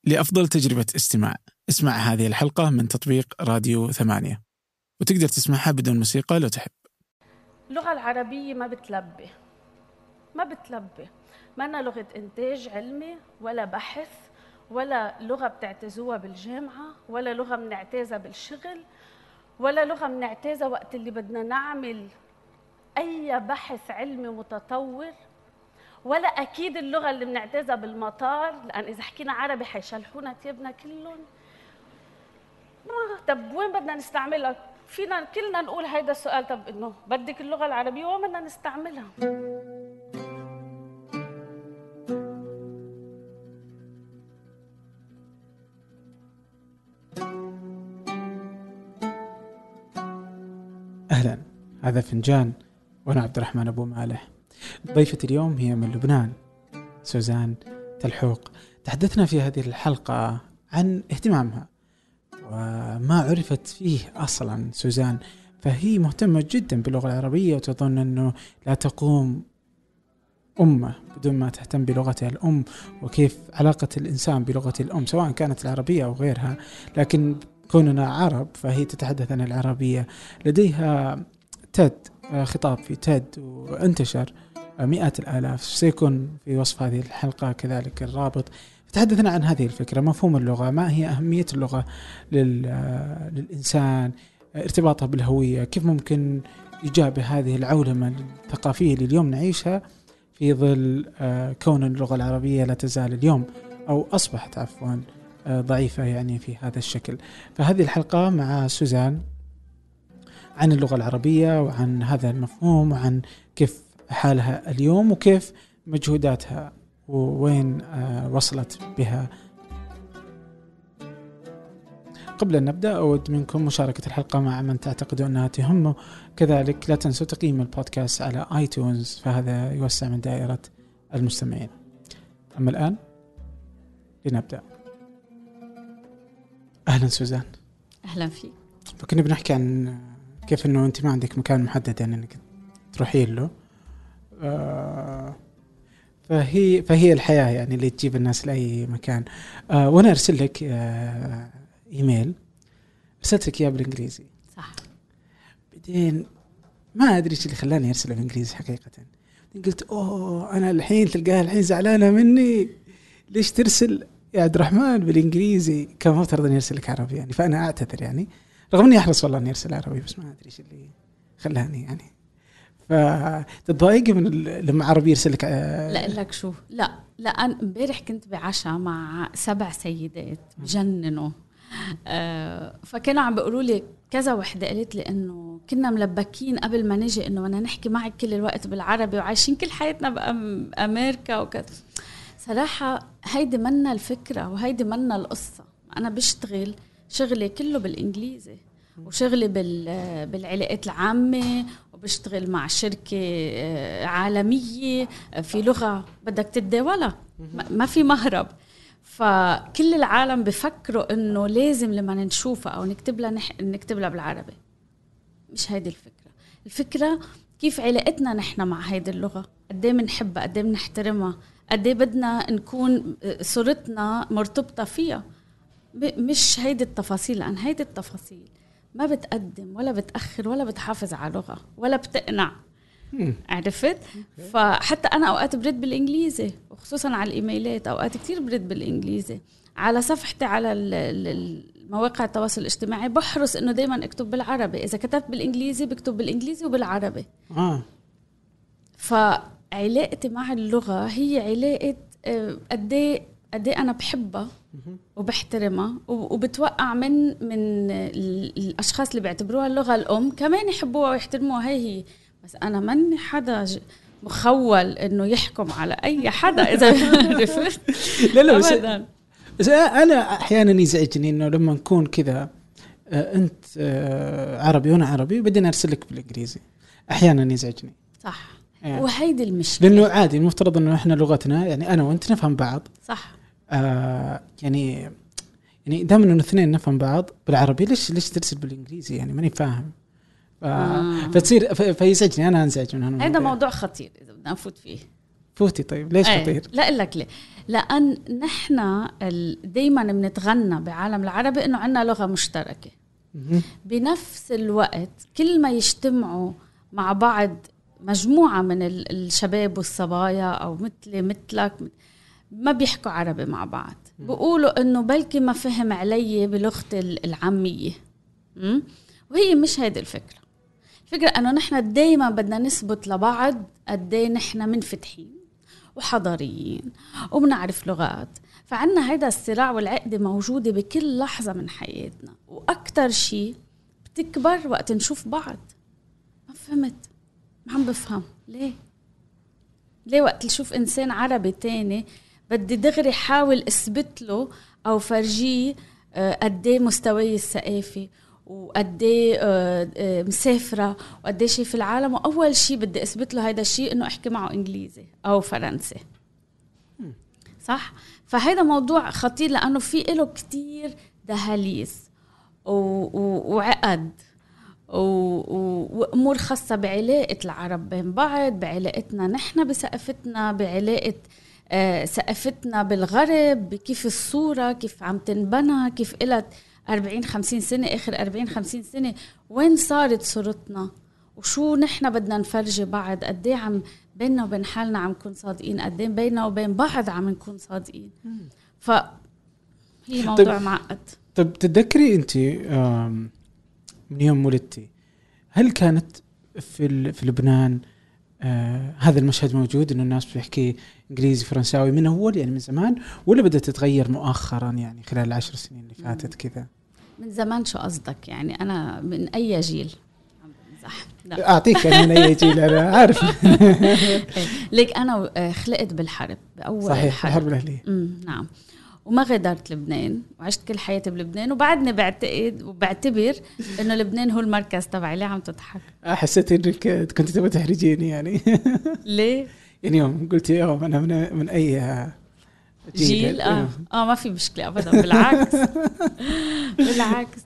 لأفضل تجربة استماع. اسمع هذه الحلقة من تطبيق راديو 8، وتقدر تسمعها بدون موسيقى لو تحب. اللغة العربية ما بتلبي، ما أنا لغة إنتاج علمي ولا بحث، ولا لغة بتعتزوها بالجامعة، ولا لغة بنعتازها بالشغل، ولا لغة بنعتازها وقت اللي بدنا نعمل أي بحث علمي متطور، ولا أكيد اللغة اللي بنعتازها بالمطار، لأن إذا حكينا عربي حيشلحونا تيابنا كلهم. طب وين بدنا نستعملها؟ فينا كلنا نقول هيدا السؤال، طب إنه بدك اللغة العربية وين بدنا نستعملها؟ أهلا، هذا فنجان وأنا عبد الرحمن أبو مالح. ضيفة اليوم هي من لبنان، سوزان تلحوق. تحدثنا في هذه الحلقة عن اهتمامها وما عرفت فيه أصلا سوزان، فهي مهتمة جدا باللغة العربية وتظن أنه لا تقوم أمة بدون ما تهتم بلغتها الأم، وكيف علاقة الإنسان بلغة الأم سواء كانت العربية أو غيرها. لكن كوننا عرب فهي تتحدث عن العربية. لديها تيد، خطاب في تيد وانتشر مئات الآلاف. سيكون في وصف هذه الحلقة كذلك الرابط. تحدثنا عن هذه الفكرة، مفهوم اللغة، ما هي أهمية اللغة للإنسان، ارتباطها بالهوية، كيف ممكن إيجاب هذه العولمة الثقافية اللي اليوم نعيشها في ظل كون اللغة العربية لا تزال اليوم أو أصبحت عفوا ضعيفة يعني في هذا الشكل. فهذه الحلقة مع سوزان عن اللغة العربية وعن هذا المفهوم وعن كيف حالها اليوم وكيف مجهوداتها ووين وصلت بها. قبل أن نبدأ أود منكم مشاركة الحلقة مع من تعتقدوا أنها تهمه. كذلك لا تنسوا تقييم البودكاست على آيتونز، فهذا يوسع من دائرة المستمعين. أما الآن لنبدأ. أهلا سوزان. أهلا فيك. فكنا بنحكي عن كيف أنه أنت ما عندك مكان محدد يعني أنك تروحين له، فهي الحياة يعني اللي تجيب الناس لأي مكان. وأنا أرسل لك إيميل، أرسلت لك إياه بالإنجليزي صح. بعدين ما أدري إيش اللي خلاني أرسله بالإنجليزي حقيقة. قلت أنا الحين تلقاها الحين زعلانة مني، ليش ترسل يا عبد الرحمن بالإنجليزي؟ كان مفترض أن يرسل لك عربي يعني. فأنا أعتذر يعني، رغم أني أحرص والله أن يرسل عربي، بس ما أدري إيش اللي خلاني يعني. فتضايق من لما عربي يرسل لك لا لك شو، لا أنا امبارح كنت بعشاء مع 7 سيدات بجننوا، فكانوا عم بيقولوا لي كذا وحده قالت لي انه كنا ملبكين قبل ما نجي انه بدنا نحكي معك كل الوقت بالعربي وعايشين كل حياتنا بامريكا وكذا. صراحه هيدي منا الفكره وهيدي منا القصه. انا بشتغل شغلي كله بالانجليزي وشغلي بالعلاقات العامه، وبشتغل مع شركه عالميه في لغه بدك تتداولها، ما في مهرب. فكل العالم بفكروا انه لازم لما نشوفها او نكتب لها بالعربي. مش هيدي الفكرة كيف علاقتنا نحن مع هيدي اللغة، قديه بنحبها، قديه بنحترمها، قديه بدنا نكون صورتنا مرتبطة فيها. مش هيدي التفاصيل، لأن هيدي التفاصيل ما بتقدم ولا بتأخر ولا بتحافظ على لغة ولا بتقنع. عرفت؟ فحتى أنا أوقات برد بالإنجليزي، وخصوصا على الإيميلات أوقات كتير برد بالإنجليزي. على صفحتي على مواقع التواصل الاجتماعي بحرص إنه دايما أكتب بالعربي، إذا كتبت بالإنجليزي بكتب بالإنجليزي وبالعربي. فعلاقتي مع اللغة هي علاقة قديه أنا بحبها وبحترمها، وبتوقع من الأشخاص اللي بيعتبروها اللغة الأم كمان يحبوها ويحترموها. هي بس أنا من حدا مخول إنه يحكم على أي حدا إذا عرفت. لا بس أنا أحيانا يزعجني إنه لما نكون كذا أنت عربي وأنا عربي وبدنا أرسلك بالإنجليزي، أحيانا يزعجني. صح يعني. وهيدي المشكلة، لأنه عادي المفترض إنه إحنا لغتنا يعني أنا وأنت نفهم بعض. صح. يعني دائما إنه اثنين نفهم بعض بالعربي، ليش ترسل بالإنجليزي يعني ماني فاهم. فتصير فيزعجني، أنا أنزعج من هذا. هذا موضوع خطير إذا بدنا نفوت فيه. فوتي. طيب ليش خطير؟ لا أقول لك ليه. لأن نحن دايما بنتغنى بعالم العربي إنه عنا لغة مشتركة. بنفس الوقت كل ما يجتمعوا مع بعض مجموعة من الشباب والصبايا أو مثلك ما بيحكوا عربي مع بعض، بيقولوا إنه بلكي ما فهم علي بلغة العامية. وهي مش هيدي الفكرة. الفكرة إنه نحن دايما بدنا نثبت لبعض قديه نحن منفتحين وحضاريين وبنعرف لغات. فعنا هيدا الصراع والعقدة موجودة بكل لحظة من حياتنا، وأكتر شيء بتكبر وقت نشوف بعض. ما فهمت، ما عم بفهم ليه وقت نشوف إنسان عربي تاني بدي دغري حاول أثبت له أو فرجيه قديه مستوي الثقافي وقديه مسافرة وقديه شيء في العالم، وأول شيء بدي أثبت له هيدا الشيء إنه أحكي معه إنجليزي أو فرنسي. صح؟ فهذا موضوع خطير لأنه في له كتير دهاليز وعقد وأمور خاصة بعلاقة العرب بين بعض، بعلاقتنا نحن بثقافتنا، بعلاقة ثقافتنا بالغرب، كيف الصورة كيف عم تنبنى، كيف قلت 40-50 سنة، آخر 40-50 سنة وين صارت صورتنا، وشو نحن بدنا نفرجي بعض، قديه عم بيننا وبين حالنا عم نكون صادقين، قديه بيننا وبين بعض عم نكون صادقين. فهي موضوع معقد. طب تتذكري أنت من يوم ولدتي هل كانت في لبنان هذا المشهد موجود إنه الناس بتحكي إنجليزي فرنساوي من أول يعني من زمان، ولا بدأت تتغير مؤخرا يعني خلال 10 سنين اللي فاتت كذا؟ من زمان. شو قصدك يعني؟ أنا من أي جيل؟ أعطيك يعني من أي جيل أنا عارف. ليك أنا خلقت بالحرب بأول صحيح الحرب الأهلية. نعم. وما غادرت لبنان وعشت كل حياتي بلبنان، وبعدني بعتقد وبعتبر إنه لبنان هو المركز تبعي. ليه عم تضحك؟ حسيت إنك كنت تبغى تحرجيني يعني. ليه؟ يعني يوم قلت يوم أنا من أي جيل. ما في مشكلة أبدا، بالعكس. بالعكس.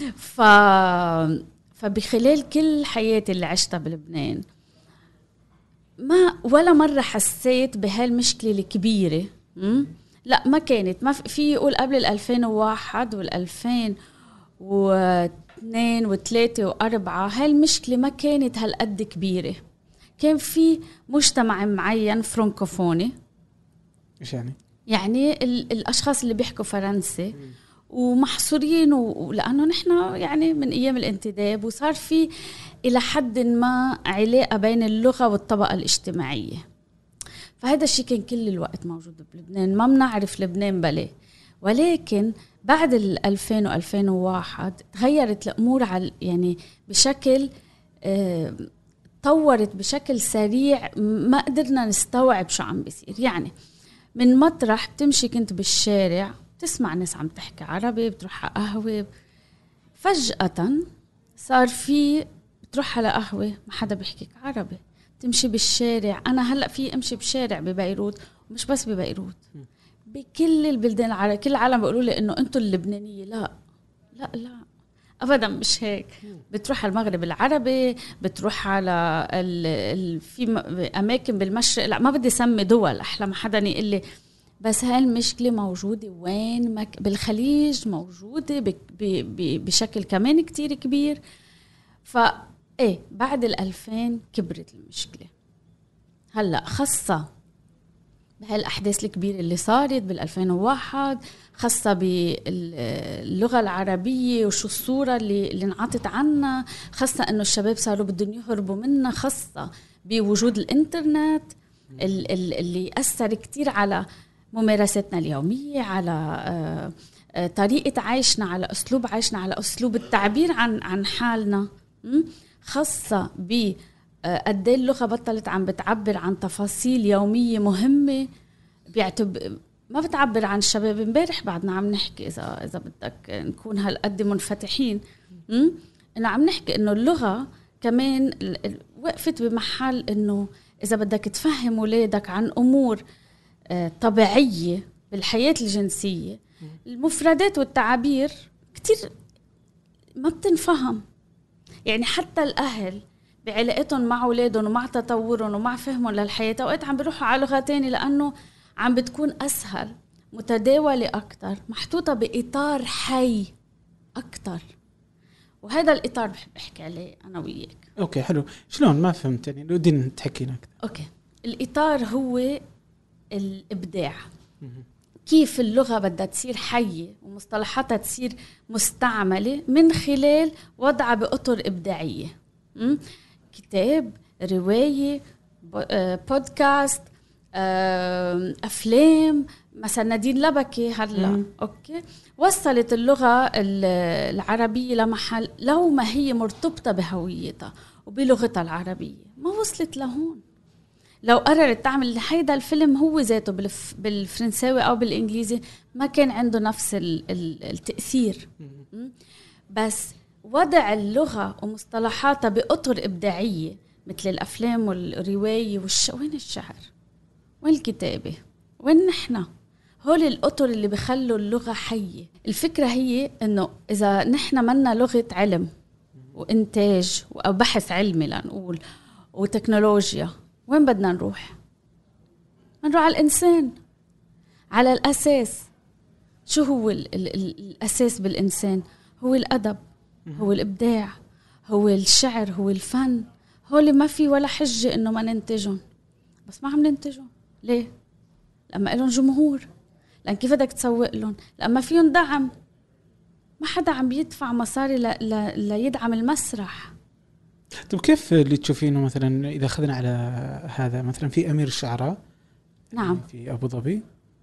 فبخلال كل حياتي اللي عشتها بلبنان ما ولا مرة حسيت بهالمشكلة الكبيرة. لا ما كانت. ما في يقول قبل 2001 وال2002 و3 و4 هالمشكلة ما كانت هالقد كبيرة. كان في مجتمع معين فرنكوفوني. إيش يعني؟ يعني الأشخاص اللي بيحكوا فرنسي ومحصورين، ولأنه نحن يعني من أيام الانتداب وصار في إلى حد ما علاقة بين اللغة والطبقة الاجتماعية. فهذا الشيء كان كل الوقت موجود بلبنان. ما بنعرف لبنان بلي، ولكن بعد 2000 و2001 تغيرت الأمور على يعني بشكل تطورت بشكل سريع، ما قدرنا نستوعب شو عم بيصير. يعني من مطرح بتمشي كنت بالشارع تسمع ناس عم تحكي عربي، بتروح على قهوة، فجأة صار في بتروح على قهوة ما حدا بيحكيك عربي. تمشي بالشارع، أنا هلأ في أمشي بشارع ببيروت، ومش بس ببيروت، بكل البلدان العربية، كل العالم بيقولوا لي إنه أنتوا اللبنانية. لا لا لا أبدا مش هيك. بتروح على المغرب العربي، بتروح على في أماكن بالمشرق، لا ما بدي سمي دول أحلى ما حدا يقول لي، بس هاي المشكلة موجودة وين ما بالخليج موجودة بشكل كمان كتير كبير. فإيه بعد 2000 كبرت المشكلة. هلأ خاصة بهالأحداث الكبيرة اللي صارت بال2001، خاصة باللغة العربية وشو الصورة اللي انعطت عنا، خاصة أنه الشباب صاروا بدهم يهربوا منها، خاصة بوجود الإنترنت اللي أثر كتير على ممارستنا اليومية، على طريقة عيشنا، على أسلوب عيشنا، على أسلوب التعبير عن حالنا، خاصة قد ايه اللغة بطلت عم بتعبر عن تفاصيل يومية مهمة، ما بتعبر عن الشباب. امبارح بعدنا عم نحكي إذا بدك نكون هالقد منفتحين، إنه عم نحكي إنه اللغة كمان وقفت بمحل إنه إذا بدك تفهم ولادك عن أمور طبيعية بالحياة الجنسية، المفردات والتعابير كتير ما بتنفهم. يعني حتى الأهل بعلاقتهم مع أولادهم ومع تطورهم ومع فهمهم للحياة، أوقات عم بيروحوا على لغة تانية لأنه عم بتكون أسهل، متداولة أكتر، محطوطة بإطار حي أكتر. وهذا الإطار بحب أحكي عليه أنا وياك. أوكي حلو. شلون؟ ما فهمت يعني، ودين تحكينا أكثر. أوكي، الإطار هو الإبداع. كيف اللغة بدها تصير حية ومصطلحاتها تصير مستعملة من خلال وضعها بأطر إبداعية. كتاب، رواية، بودكاست، أفلام، مثلا نادين لبكي هلا أوكي وصلت اللغة العربية لمحل لو ما هي مرتبطة بهويتها وبلغتها العربية ما وصلت لهون. لو قررت تعمل هيدا الفيلم هو ذاته بالفرنساوي أو بالإنجليزي ما كان عنده نفس التأثير. بس وضع اللغة ومصطلحاتها بأطر إبداعية مثل الأفلام والرواية وين الشعر، وين الكتابة، وين نحن، هول الأطر اللي بخلوا اللغة حية. الفكرة هي إنه إذا نحن منا لغة علم وإنتاج أو بحث علمي لنقول وتكنولوجيا، وين بدنا نروح؟ نروح على الإنسان، على الأساس. شو هو الأساس بالإنسان؟ هو الأدب، هو الإبداع، هو الشعر، هو الفن. هول ما في ولا حجة إنه ما ننتجهم، بس ما عم ننتجهم. ليه؟ لما إلهم جمهور. لأن كيف بدك تسوق لهم؟ لما فيهم دعم. ما حدا عم بيدفع مصاري ليدعم المسرح. طب كيف اللي تشوفينه مثلا إذا أخذنا على هذا مثلا في أمير الشعراء؟ نعم. في أبو ظبي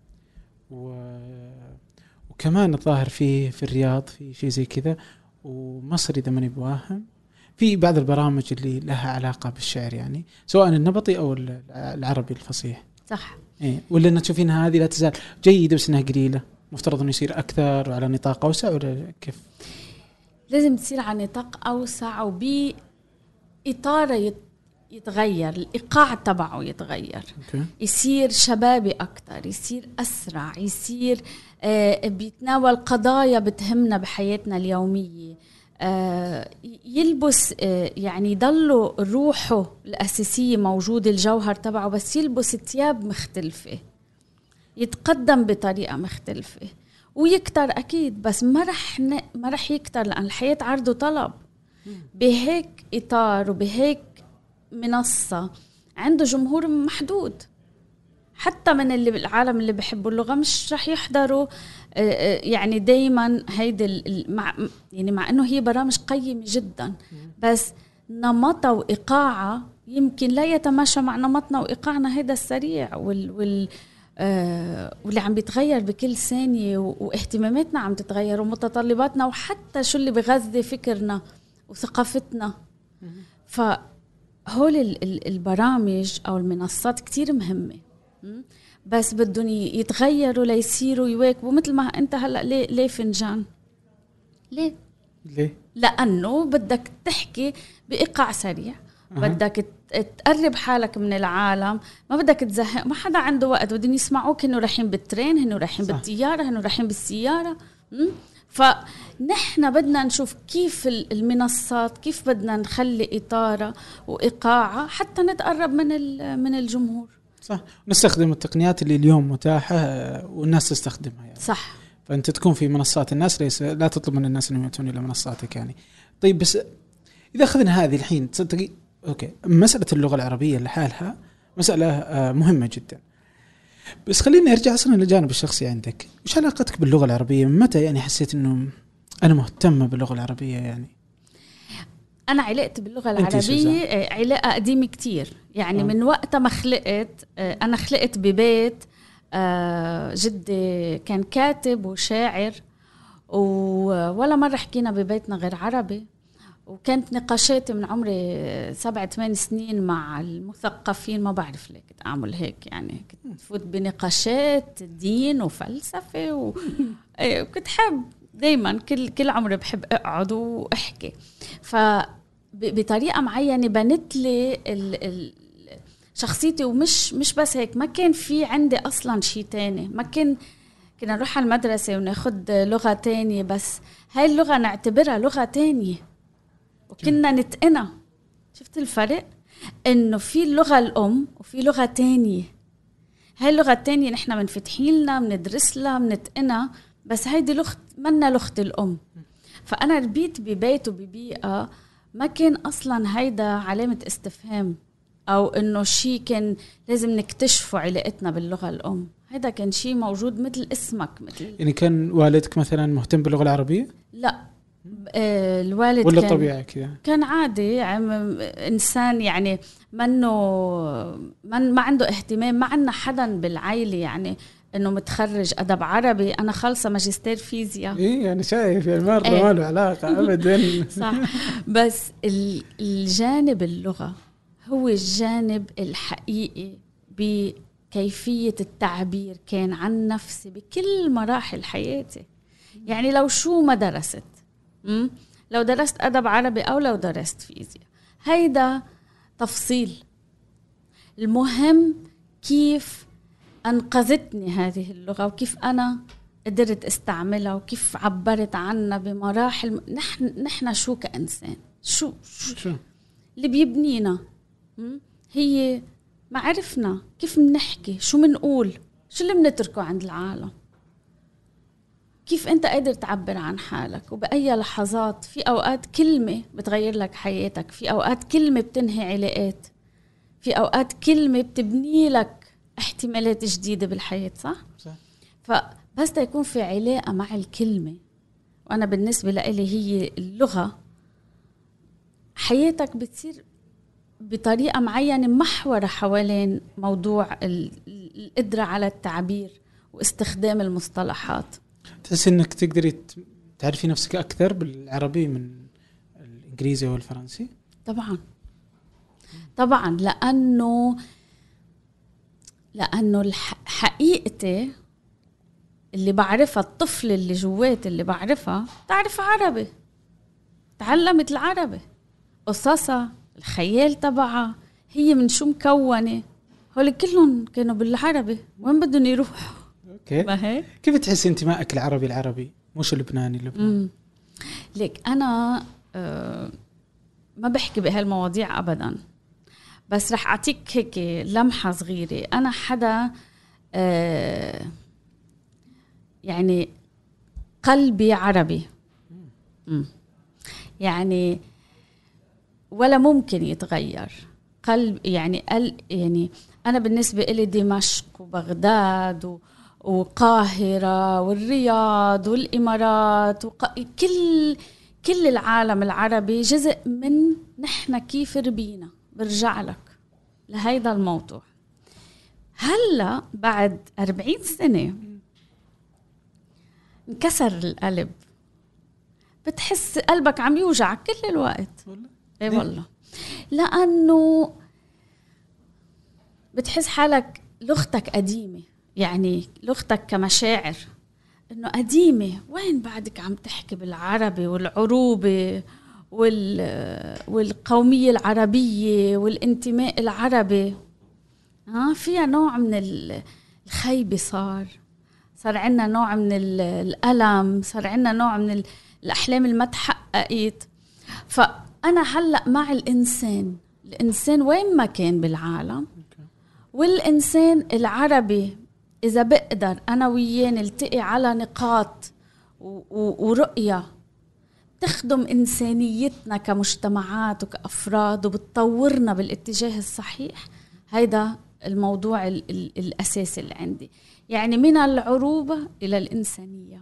وكمان الظاهر في الرياض في شيء زي كذا، ومصر إذا ماني بواهم في بعض البرامج اللي لها علاقة بالشعر، يعني سواء النبطي أو العربي الفصيح. صح. إيه، ولا أن تشوفينها هذه لا تزال جيدة بس أنها قليلة، مفترض أن يصير أكثر وعلى نطاق أوسع، ولا كيف؟ لازم تصير على نطاق أوسع وبإطار يتغير، الإيقاع تبعه يتغير. يصير شبابي أكتر، يصير أسرع، يصير بيتناول قضايا بتهمنا بحياتنا اليومية، يلبس يعني يضلوا روحه الأساسية موجودة، الجوهر تبعه، بس يلبس ثياب مختلفة، يتقدم بطريقة مختلفة ويكتر أكيد. بس ما رح يكتر لأن الحياة عرض وطلب. بهيك إطار وبهيك منصة عنده جمهور محدود، حتى من اللي بالعالم اللي بيحبوا اللغة مش رح يحضروا. يعني دايما هيدا مع انه هي برامج قيمة جدا، بس نمطها وإيقاعها يمكن لا يتماشى مع نمطنا وإيقاعنا هيدا السريع واللي عم بيتغير بكل ثانية، واهتماماتنا عم تتغير ومتطلباتنا، وحتى شو اللي بغذي فكرنا وثقافتنا. فهول البرامج أو المنصات كتير مهمة، بس بدهم يتغيروا ليصيروا يواكبوا. مثل ما انت هلا ليه فنجان؟ ليه؟ لانه بدك تحكي بايقاع سريع، بدك تقرب حالك من العالم، ما بدك تزهق، ما حدا عنده وقت، بدهم يسمعوك هنو رايحين بالترين، هنو رايحين بالطياره، هنو رايحين بالسياره. فنحن بدنا نشوف كيف المنصات كيف بدنا نخلي اطارها وايقاعها حتى نتقرب من الجمهور. صح، نستخدم التقنيات اللي اليوم متاحة والناس تستخدمها يعني. صح. فأنت تكون في منصات الناس، لا تطلب من الناس أنهم يأتون إلى منصاتك يعني. طيب بس إذا أخذنا هذه الحين تصدقي أوكي، مسألة اللغة العربية لحالها مسألة مهمة جدا، بس خليني أرجع أصلا للجانب الشخصي عندك. وش علاقتك باللغة العربية؟ من متى يعني حسيت أنه أنا مهتمة باللغة العربية يعني؟ أنا علقت باللغة العربية علاقة قديمة كتير يعني. من وقت ما خلقت أنا خلقت ببيت جدي كان كاتب وشاعر، ولا مرة حكينا ببيتنا غير عربي. وكانت نقاشاتي من عمري 7-8 سنين مع المثقفين، ما بعرف ليه كنت أعمل هيك يعني. كنت فوت بنقاشات دين وفلسفة وكنت حب دايما كل عمري بحب أقعد وأحكي. فبطريقة معينة بنت لي شخصيتي. ومش بس هيك، ما كان في عندي أصلا شيء تاني. ما كنا نروح على المدرسة وناخد لغة تانية، بس هاي اللغة نعتبرها لغة تانية وكنا نتقنها. شفت الفرق؟ إنه في اللغة الأم وفي لغة تانية. هاي اللغة التانية نحن منفتحين لنا، مندرس لها، منتقنها، بس هيدي لغة منا لغة الأم. فأنا ربيت ببيت وببيئة ما كان أصلا هيدا علامة استفهام أو إنه شيء كان لازم نكتشفه علاقتنا باللغة الأم. هيدا كان شيء موجود مثل اسمك. مثل يعني كان والدك مثلا مهتم باللغة العربية؟ لا، الوالد ولا كان طبيعي كذا؟ كان عادي، إنسان يعني ما عنده اهتمام. ما عنا حدا بالعائلة يعني إنه متخرج أدب عربي. أنا خالصة ماجستير فيزياء. إيه أنا شايف يعني مرة إيه. ما له علاقة أبدا. صح. بس الجانب اللغة هو الجانب الحقيقي بكيفية التعبير كان عن نفسي بكل مراحل حياتي. يعني لو شو ما درست، لو درست أدب عربي أو لو درست فيزياء، هيدا تفصيل. المهم كيف أنقذتني هذه اللغة وكيف أنا قدرت استعملها وكيف عبرت عنها بمراحل. نحن شو كإنسان، شو اللي بيبنينا؟ هي معرفنا، كيف بنحكي، شو منقول، شو اللي بنتركه عند العالم، كيف أنت قادر تعبر عن حالك وبأي لحظات. في أوقات كلمة بتغير لك حياتك، في أوقات كلمة بتنهي علاقات، في أوقات كلمة بتبني لك احتمالات جديدة بالحياة. صح؟ فبس دا يكون في علاقة مع الكلمة. وأنا بالنسبة لي هي اللغة، حياتك بتصير بطريقة معينة محورة حوالين موضوع القدرة على التعبير واستخدام المصطلحات. تحس إنك تقدري تعرفي نفسك أكثر بالعربي من الإنجليزي والفرنسي؟ طبعا لأنه حقيقتي اللي بعرفها، الطفل اللي جوات اللي بعرفها تعرف عربي، تعلمت العربي، قصصها، الخيال تبعها، هي من شو مكونة، هول كلهم كانوا بالعربي. وين بدهم يروحوا؟ أوكي. ما هيك؟ كيف تحس انتمائك العربي مش اللبناني؟ ليك أنا ما بحكي بهالمواضيع أبدا، بس رح أعطيك هيك لمحة صغيرة. أنا حدا يعني قلبي عربي، يعني ولا ممكن يتغير قلب. يعني أنا بالنسبة إلي دمشق وبغداد وقاهرة والرياض والإمارات كل العالم العربي جزء من نحن كيف ربينا. برجع لك لهيدا الموضوع. هلأ بعد 40 سنة انكسر القلب، بتحس قلبك عم يوجع كل الوقت. ايه والله، لأنه بتحس حالك لغتك قديمة، يعني لغتك كمشاعر إنه قديمة. وين بعدك عم تحكي بالعربي والعروبة والقومية العربية والانتماء العربي؟ فيها نوع من الخيبة، صار عندنا نوع من الألم، صار عندنا نوع من الأحلام اللي ما تحققت. فأنا هلأ مع الإنسان وين ما كان بالعالم، والإنسان العربي إذا بقدر أنا وياه نلتقي على نقاط ورؤية تخدم إنسانيتنا كمجتمعات وكأفراد وبتطورنا بالاتجاه الصحيح. هيدا الموضوع الأساسي اللي عندي، يعني من العروبة إلى الإنسانية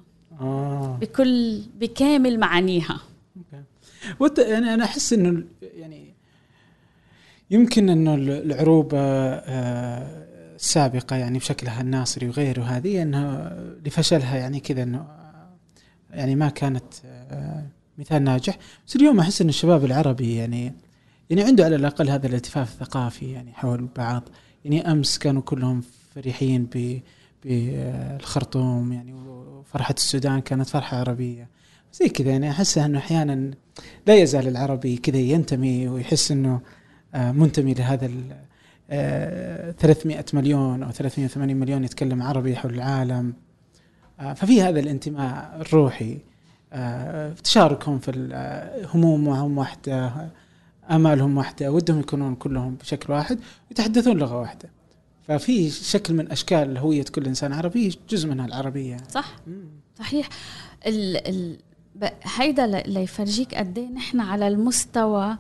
بكامل معانيها. يعني أنا أحس إنه يعني يمكن إنه العروبة السابقة يعني بشكلها الناصري وغيره، هذه إنها لفشلها يعني كذا، إنه يعني ما كانت مثال ناجح. بس اليوم أحس إن الشباب العربي يعني عنده على الأقل هذا الالتفاف الثقافي يعني حول بعض. يعني أمس كانوا كلهم فرحين بالخرطوم يعني، وفرحة السودان كانت فرحة عربية زي كذا. يعني أحس أنه أحيانا لا يزال العربي كذا ينتمي ويحس أنه منتمي لهذا 300 مليون أو 380 مليون يتكلم عربي حول العالم. ففي هذا الانتماء الروحي، تشاركهم في الهموم وهم واحدة، آمالهم واحدة، ودهم يكونون كلهم بشكل واحد ويتحدثون لغة واحدة. ففي شكل من أشكال هوية كل إنسان عربي، جزء منها العربية. صح. صحيح. هيدا ليفرجيك قد ايه نحن على المستوى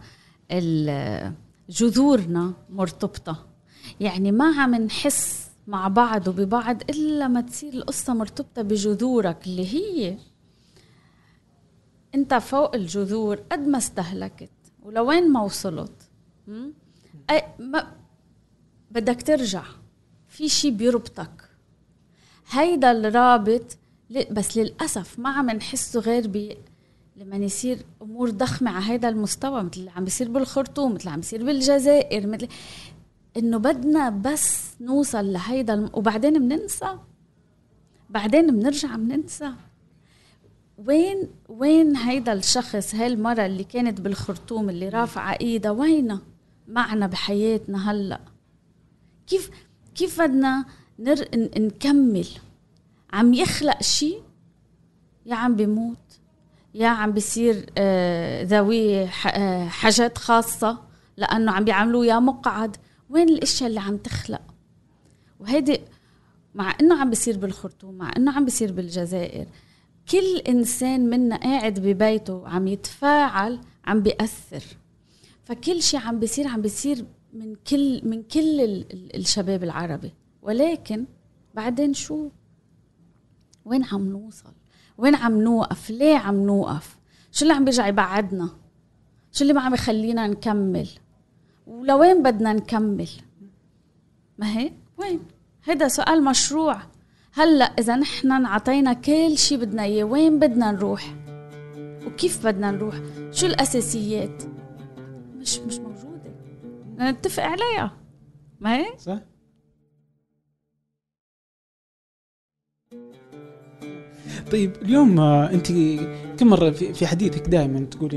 جذورنا مرتبطة. يعني ما عم نحس مع بعض وببعض إلا ما تصير القصة مرتبطة بجذورك، اللي هي انت فوق الجذور قد ما استهلكت ولوين ما وصلت ما بدك ترجع، في شي بيربطك. هيدا الرابط بس للأسف ما عم نحسه غير لما يصير أمور ضخمة على هيدا المستوى، مثل اللي عم بيصير بالخرطوم، مثل اللي عم بيصير بالجزائر، مثل إنه بدنا بس نوصل لهيدا وبعدين بننسى، بعدين بنرجع بننسى. وين هيدا الشخص، هاي المرة اللي كانت بالخرطوم اللي رافعة ايدها، وينها معنا بحياتنا هلأ؟ كيف بدنا نكمل؟ عم يخلق شيء، يا عم بيموت، يا عم بيصير ذوي حاجات خاصة لأنه عم بيعملوه يا مقعد. وين الاشياء اللي عم تخلق؟ وهيدي مع انه عم بيصير بالخرطوم، مع انه عم بيصير بالجزائر، كل إنسان منا قاعد ببيته عم يتفاعل، عم بيأثر. فكل شيء عم بيصير من كل الشباب العربي. ولكن بعدين شو؟ وين عم نوصل؟ وين عم نوقف؟ ليه عم نوقف؟ شو اللي عم بيرجع يبعدنا؟ شو اللي ما عم يخلينا نكمل؟ ولوين بدنا نكمل؟ ما هي وين؟ هذا سؤال مشروع. هلأ إذا نحن نعطينا كل شيء بدنا إياه، وين بدنا نروح؟ وكيف بدنا نروح؟ شو الأساسيات؟ مش موجودة، نتفق عليها. ما هي؟ صح. طيب اليوم أنت كم مرة في حديثك دائما تقولي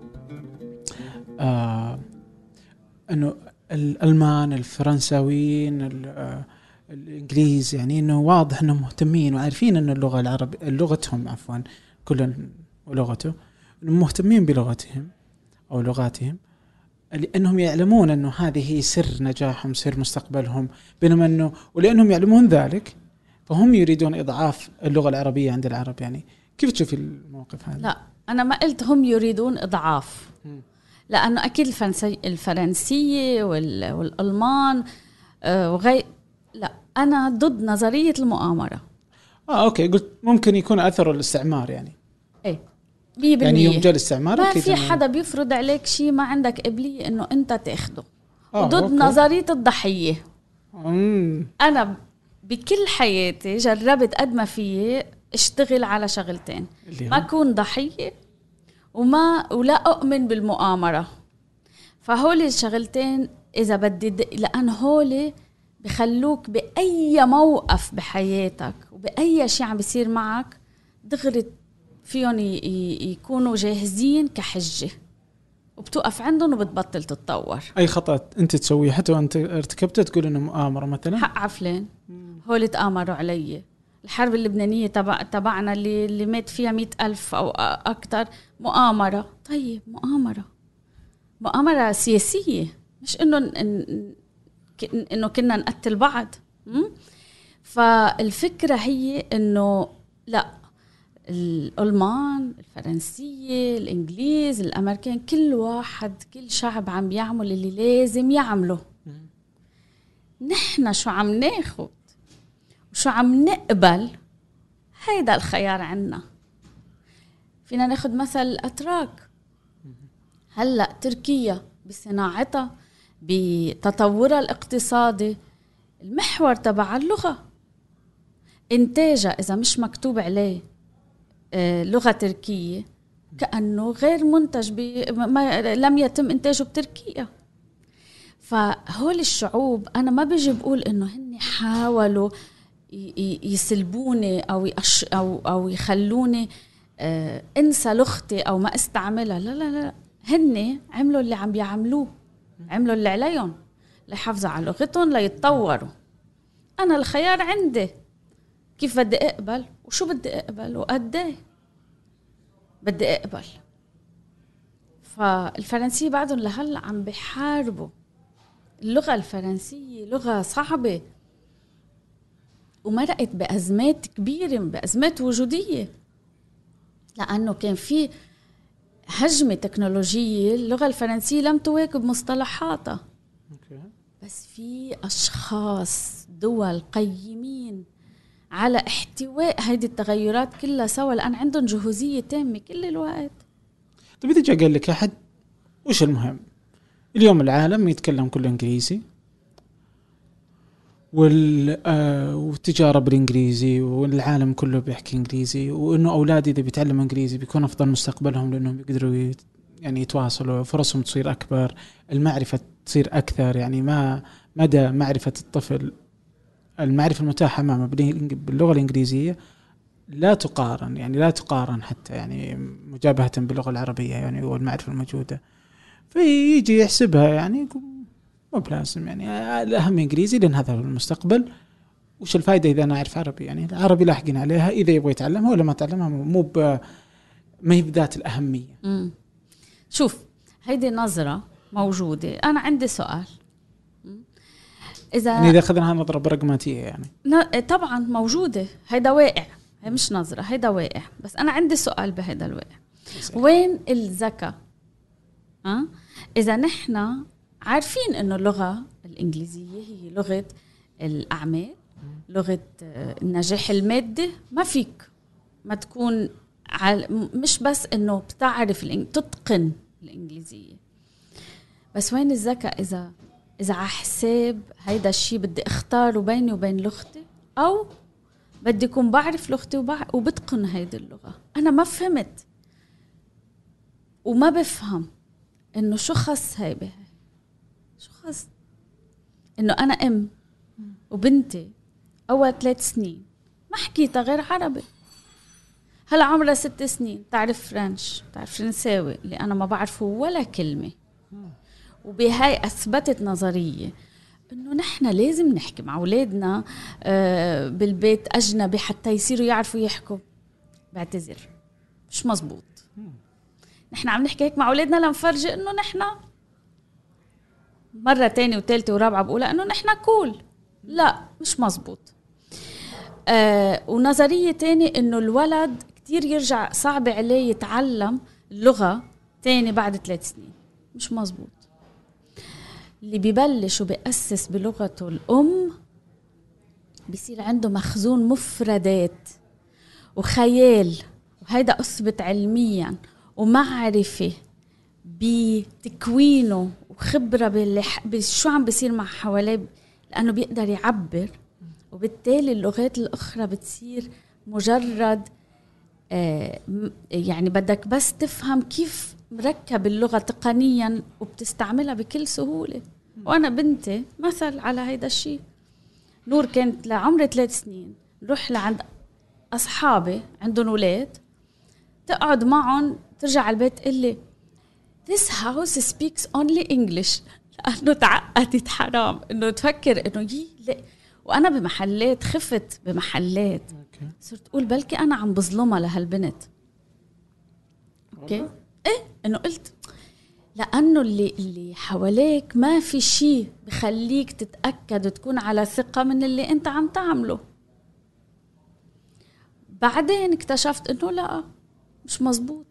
إنه الألمان، الفرنساويين، الإنجليز، يعني إنه واضح إنهم مهتمين وعارفين إنه اللغة العربية لغتهم، عفوا كل ولغته، إنهم مهتمين بلغتهم أو لغاتهم، لأنهم يعلمون إنه هذه هي سر نجاحهم، سر مستقبلهم. بينما إنه ولأنهم يعلمون ذلك فهم يريدون إضعاف اللغة العربية عند العرب. يعني كيف تشوفي الموقف هذا؟ لا، أنا ما قلت هم يريدون إضعاف، لأنه أكيد الفرنسية والألمان وغير. لا، أنا ضد نظرية المؤامرة. أوكي، قلت ممكن يكون أثر الاستعمار. يعني إيه، يعني يوم جاء الاستعمار ما في حدا بيفرض عليك شيء ما عندك قبلية إنه أنت تأخده. ضد أوكي. نظرية الضحية. أنا بكل حياتي جربت قد ما فيي اشتغل على شغلتين، ما أكون ضحية ولا أؤمن بالمؤامرة. فهول الشغلتين إذا بدي لأن هول بخلوك بأي موقف بحياتك وبأي شيء عم بيصير معك دغري فيهم يكونوا جاهزين كحجة، وبتوقف عندهم وبتبطل تتطور. أي خطأ أنت تسويه حتى وأنت ارتكبته تقول إنه مؤامرة مثلا. حق عفلين، هول تآمروا علي. الحرب اللبنانية تبعنا اللي مات فيها 100,000 أو أكتر، مؤامرة. طيب مؤامرة سياسية، مش إنه كنا نقتل بعض. فالفكرة هي إنه لا، الألمان، الفرنسية، الإنجليز، الأمريكان، كل شعب عم بيعمل اللي لازم يعمله. نحن شو عم ناخد وشو عم نقبل، هيدا الخيار عنا. فينا ناخد مثل الأتراك. هلأ تركيا بصناعتها، بتطورها الاقتصادي، المحور تبع اللغة. إنتاجها إذا مش مكتوب عليه لغة تركية كأنه غير منتج، لم يتم إنتاجه بتركيا. فهول الشعوب أنا ما بيجي بقول إنه هني حاولوا يسلبوني أو يخلوني انسى لغتي أو ما استعملها. لا، هني عملوا اللي عم بيعملوه، عملوا اللي عليهم ليحافظوا على لغتهم ليتطوروا. أنا الخيار عندي، كيف بدي أقبل وشو بدي أقبل وقد إيه بدي أقبل. فالفرنسية بعدهم لهلا عم بيحاربوا. اللغة الفرنسية لغة صعبة ومرقت بأزمات كبيرة، بأزمات وجودية، لأنه كان في هجمة تكنولوجية. اللغة الفرنسية لم تواكب مصطلحاتها. بس في أشخاص دول قيمين على احتواء هذه التغيرات كلها سوا، لأن عندهم جهوزية تامة كل الوقت. طيب إذا جاء قال لك أحد وش المهم اليوم العالم يتكلم كله إنجليزي والتجارة بالإنجليزي والعالم كله بيحكي إنجليزي، وإنه أولادي إذا بيتعلم إنجليزي بيكون أفضل مستقبلهم لأنهم يقدروا يعني يتواصلوا، فرصهم تصير أكبر، المعرفة تصير أكثر. يعني ما مدى معرفة الطفل، المعرفة المتاحة أمامه باللغة الإنجليزية لا تقارن، يعني لا تقارن حتى يعني مجابهة باللغة العربية يعني، والمعرفة الموجودة. فيجي يحسبها يعني مو بلازم، يعني الأهم إنجليزي لأن هذا هو المستقبل. وش الفائدة إذا أنا أعرف عربي؟ يعني العربي لاحقين عليها، إذا يبغى يتعلمها ولا ما تعلمها ما هي بذات الأهمية. شوف، هيدي نظرة موجودة. أنا عندي سؤال، يعني إذا أخذناها نظرة براغماتية يعني طبعا موجودة، هيدا واقع، هي مش نظرة، هيدا واقع. بس أنا عندي سؤال بهيدا الواقع، وين الذكاء؟ إذا نحن عارفين إنه اللغة الإنجليزية هي لغة الأعمال، لغة النجاح المادي، ما فيك ما تكون مش بس إنه بتعرف تتقن الإنجليزية. بس وين الذكاء؟ إذا على حساب هيدا الشيء بدي اختاره بيني وبين لغتي، أو بدي أكون بعرف لغتي وبتقن هيدي اللغة. أنا ما فهمت وما بفهم إنه شو خص هاي بها، شو خص إنه أنا أم وبنتي أول 3 سنين ما حكيتها غير عربي، هلا عمرها 6 سنين تعرف فرنش، تعرف فرنساوي اللي أنا ما بعرفه ولا كلمة. وبهاي أثبتت نظرية إنه نحن لازم نحكي مع أولادنا بالبيت أجنبي حتى يصيروا يعرفوا يحكوا. بعتذر، مش مزبوط. نحن عم نحكي هيك مع أولادنا لنفرجي إنه نحن مرة تانية وثالثة ورابعة بقولها إنه نحن كول. لا، مش مزبوط. ونظرية تانية إنه الولد كتير يرجع صعب عليه يتعلم اللغة تاني بعد 3 سنين. مش مزبوط. اللي بيبلش وبيأسس بلغته الأم بيصير عنده مخزون مفردات وخيال، وهيدا أثبت علميا، ومعرفة بتكوينه وخبرة بشو عم بيصير مع حواليه، لأنه بيقدر يعبر. وبالتالي اللغات الأخرى بتصير مجرد يعني بدك بس تفهم كيف مركب اللغة تقنيا وبتستعملها بكل سهولة. وأنا بنتي مثل على هيدا الشيء. نور كانت لعمر 3 سنين نروح لعند أصحابي عندهم ولاد، تقعد معهم ترجع على البيت تقول لي this house speaks only English، لأنه تعقدت حرام إنه تفكر إنه لا. وأنا بمحلات خفت بمحلات صرت أقول بلكي أنا عم بظلمها لهالبنت. أوكي إيه، إنه قلت لأنه اللي حواليك ما في شيء بخليك تتأكد وتكون على ثقة من اللي أنت عم تعمله. بعدين اكتشفت إنه لا، مش مزبوط.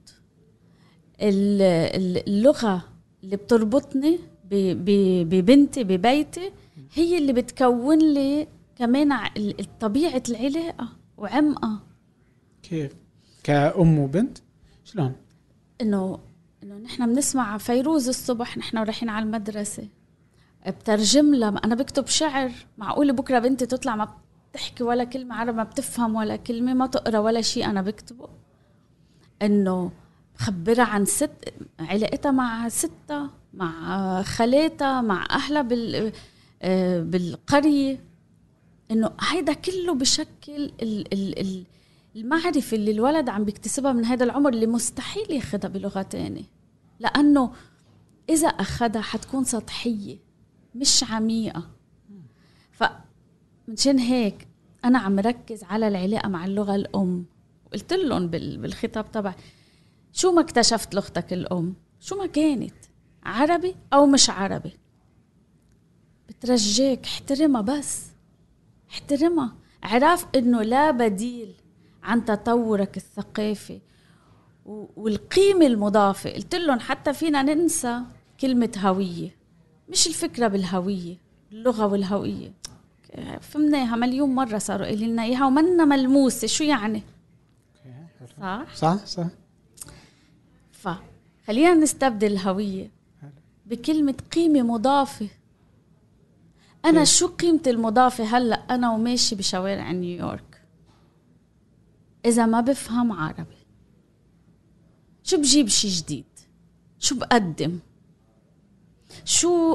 اللغة اللي بتربطني ببنتي ببيتي هي اللي بتكون لي كمان طبيعة العلاقة وعمقها. كيف؟ كأم وبنت شلون؟ إنه نحن بنسمع فيروز الصبح نحن رايحين على المدرسة، بترجم لها. أنا بكتب شعر، معقول بكرة بنتي تطلع ما بتحكي ولا كلمة عربي، ما بتفهم ولا كلمة، ما تقرأ ولا شيء أنا بكتبه. إنه خبرها عن علاقتها مع ستها، مع خالاتها، مع أهلها بالقرية. إنه هيدا كله بشكل المعرفة اللي الولد عم بيكتسبها من هذا العمر، اللي مستحيل ياخدها بلغة تانية، لأنه إذا أخدها حتكون سطحية مش عميقة. فمنشان هيك أنا عم ركز على العلاقة مع اللغة الأم. وقلت لهم بالخطاب تبعي شو ما اكتشفت لغتك الأم، شو ما كانت، عربي أو مش عربي، بترجيك احترمها، بس احترمها. عرف إنه لا بديل عن تطورك الثقافي والقيمة المضافة. قلت لهم حتى فينا ننسى كلمة هوية، مش الفكرة بالهوية، اللغة والهوية فهمناها مليون مرة، صاروا قايلين لنا إياها ومنا ملموسة. شو يعني؟ صح. فخلينا نستبدل الهوية بكلمة قيمة مضافة. أنا شو قيمة المضافة هلأ أنا وماشي بشوارع نيويورك إذا ما بفهم عربي؟ شو بجيب شي جديد؟ شو بقدم؟ شو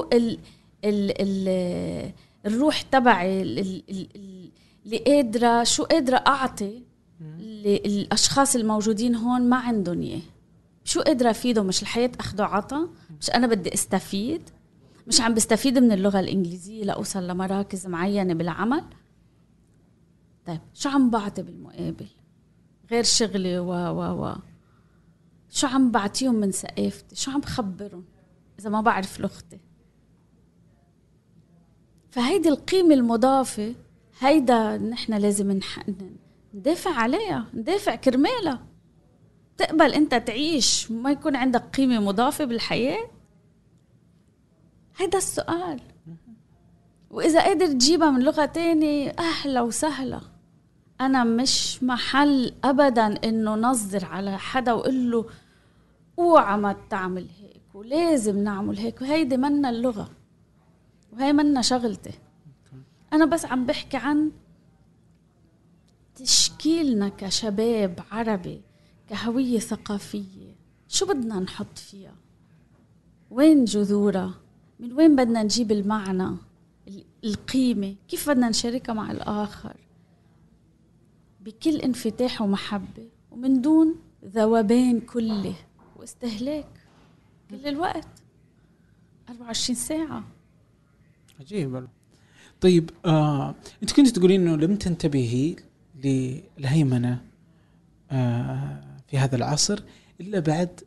الروح تبعي اللي قادرة، شو قادرة أعطي الأشخاص الموجودين هون ما عندهم إياه؟ شو قادرة أفيده؟ مش الحياة أخده عطا؟ مش أنا بدي استفيد؟ مش عم بستفيد من اللغة الإنجليزية لأوصل لمراكز معينة بالعمل؟ طيب شو عم بعطي بالمقابل غير شغلي شو عم بعطيهم من ثقافتي؟ شو عم بخبرهم إذا ما بعرف لغتي؟ فهيدي القيمة المضافة، هيدا نحن لازم ندافع عليها، ندافع كرمالها. تقبل أنت تعيش ما يكون عندك قيمة مضافة بالحياة؟ هيدا السؤال. وإذا قادر تجيبها من لغة تانية أهلا وسهلا. أنا مش محل أبدا إنه نظر على حدا وقل له اوعى ما تعمل هيك ولازم نعمل هيك، وهيدي منا اللغة وهي منا شغلتي. أنا بس عم بحكي عن تشكيلنا كشباب عربي كهوية ثقافية. شو بدنا نحط فيها؟ وين جذورها؟ من وين بدنا نجيب المعنى، القيمة؟ كيف بدنا نشاركها مع الآخر بكل انفتاح ومحبة ومن دون ذوبان كله واستهلاك كل الوقت 24 ساعة؟ عجيب. طيب انت كنت تقولين انه لم تنتبهي للهيمنة في هذا العصر إلا بعد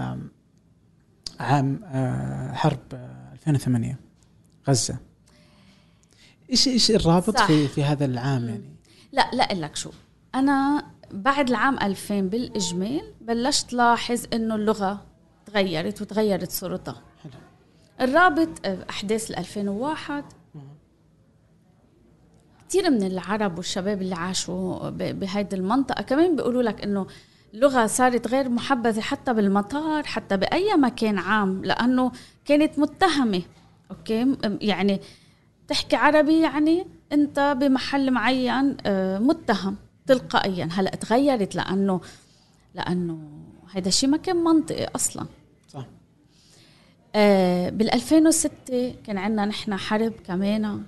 عام حرب 2008 غزة. إيش الرابط في هذا العام يعني؟ لا لك شو، أنا بعد العام 2000 بالإجمال بلشت لاحظ إنه اللغة تغيرت صورتها. حلو. الرابط أحداث 2001 كتير من العرب والشباب اللي عاشوا بهيدي المنطقة كمان بيقولوا لك إنه اللغة صارت غير محبذة حتى بالمطار، حتى بأي مكان عام، لأنه كانت متهمة. أوكي، يعني تحكي عربي يعني أنت بمحل معين متهم تلقائيا. هلأ تغيرت لأنه هيدا الشيء ما كان منطقي أصلا. صح. بال2006 كان عندنا نحن حرب كمان،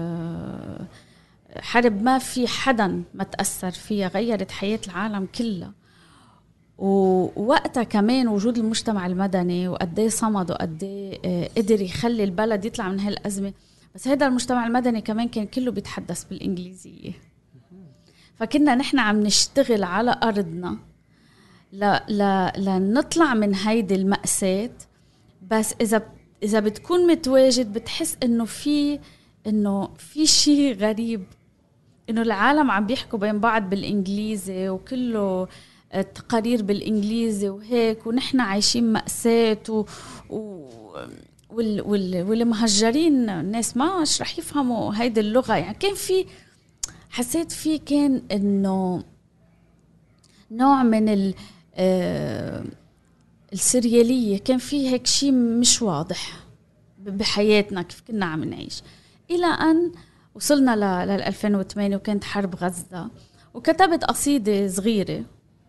حرب ما في حدا ما تأثر فيها، غيرت حياة العالم كلها. ووقتها كمان وجود المجتمع المدني وقديه صمد وقديه قدر يخلي البلد يطلع من هالأزمة. بس هذا المجتمع المدني كمان كان كله بيتحدث بالإنجليزية، فكنا نحن عم نشتغل على أرضنا لنطلع من هيدي المأساة. بس إذا بتكون متواجد بتحس إنه في شيء غريب، إنه العالم عم بيحكوا بين بعض بالإنجليزي وكله تقارير بالإنجليزي وهيك، ونحن عايشين مأساة والمهجرين الناس ما رح يفهموا هيدي اللغة. يعني كان حسيت كان إنه نوع من السريالية، كان في هيك شيء مش واضح بحياتنا كيف كنا عم نعيش، إلى أن وصلنا 2008 وكانت حرب غزة. وكتبت قصيدة صغيرة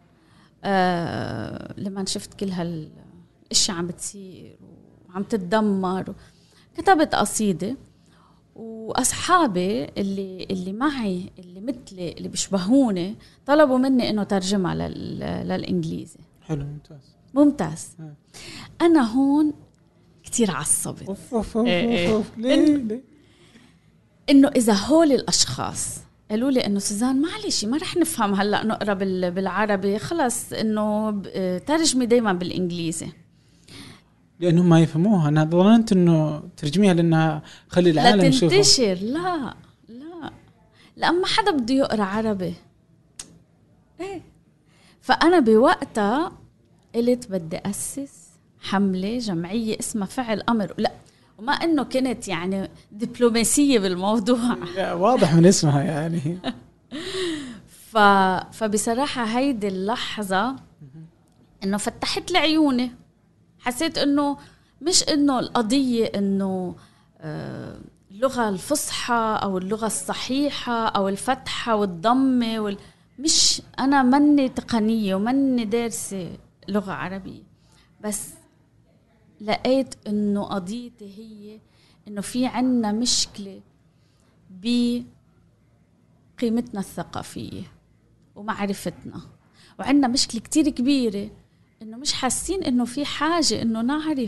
لما شفت كل هالاشياء عم بتصير وعم تتدمر. كتبت قصيدة، وأصحابي اللي معي اللي مثلي اللي بيشبهوني طلبوا مني إنه ترجمها للإنجليزي. حلو، ممتاز. أنا هون كتير عصبت. ليه؟ إنه إذا هول الأشخاص قالوا لي إنه سوزان معلش ما رح نفهم هلأ نقرأ بالعربي، خلص إنه ترجمي دايما بالإنجليزي. لأنهم ما يفهموها. أنا ظننت إنه ترجميها لأنها خلي العالم لا يشوفها. تنتشر. لا لأن ما حدا بده يقرأ عربي. إيه. فأنا بوقتها قلت بدي أسس حملة جمعية اسمها فعل أمر. لا، وما إنه كنت يعني دبلوماسية بالموضوع. واضح من اسمها يعني. فبصراحة هيدي اللحظة إنه فتحت لي عيوني. حسيت إنه مش إنه القضية إنه اللغة الفصحى أو اللغة الصحيحة أو الفتحة والضمة مش أنا مني تقنية ومني دارسة لغة عربية، بس لقيت إنه قضيتي هي إنه في عنا مشكلة بقيمتنا الثقافية ومعرفتنا، وعنا مشكلة كتير كبيرة إنه مش حاسين إنه في حاجة إنه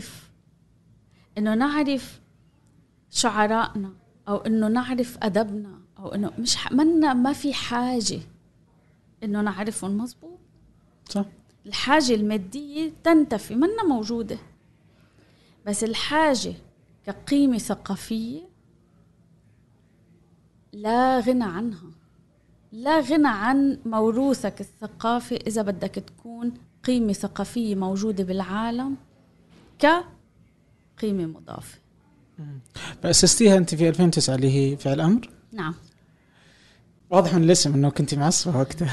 نعرف شعرائنا أو إنه نعرف أدبنا أو إنه ما في حاجة إنه نعرفهم مظبوط. صح. الحاجة المادية تنتفي منا موجودة، بس الحاجة كقيمة ثقافية لا غنى عنها. لا غنى عن موروثك الثقافي إذا بدك تكون قيمة ثقافية موجودة بالعالم كقيمة مضافة. فأسستيها أنت في 2009 اللي هي فعل أمر. نعم. واضح من الاسم أنه كنت معصبة وقتها.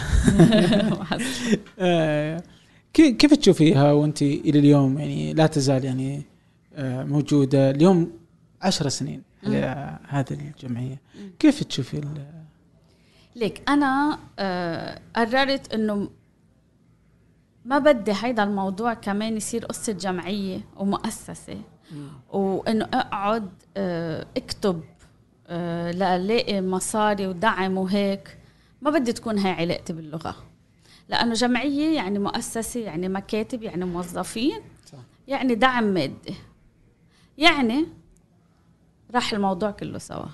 كيف تشوفيها وأنت إلى اليوم يعني لا تزال يعني موجودة اليوم 10 سنين هذه الجمعية؟ كيف تشوفي ليك أنا قررت أنه ما بدي هيدا الموضوع كمان يصير قصة جمعية ومؤسسة وأنه أقعد اكتب لألاقي مصاري ودعم وهيك. ما بدي تكون هاي علاقتي باللغة، لأنه جمعية يعني مؤسسة، يعني مكاتب، يعني موظفين، يعني دعم مادي، يعني راح الموضوع كله سوا.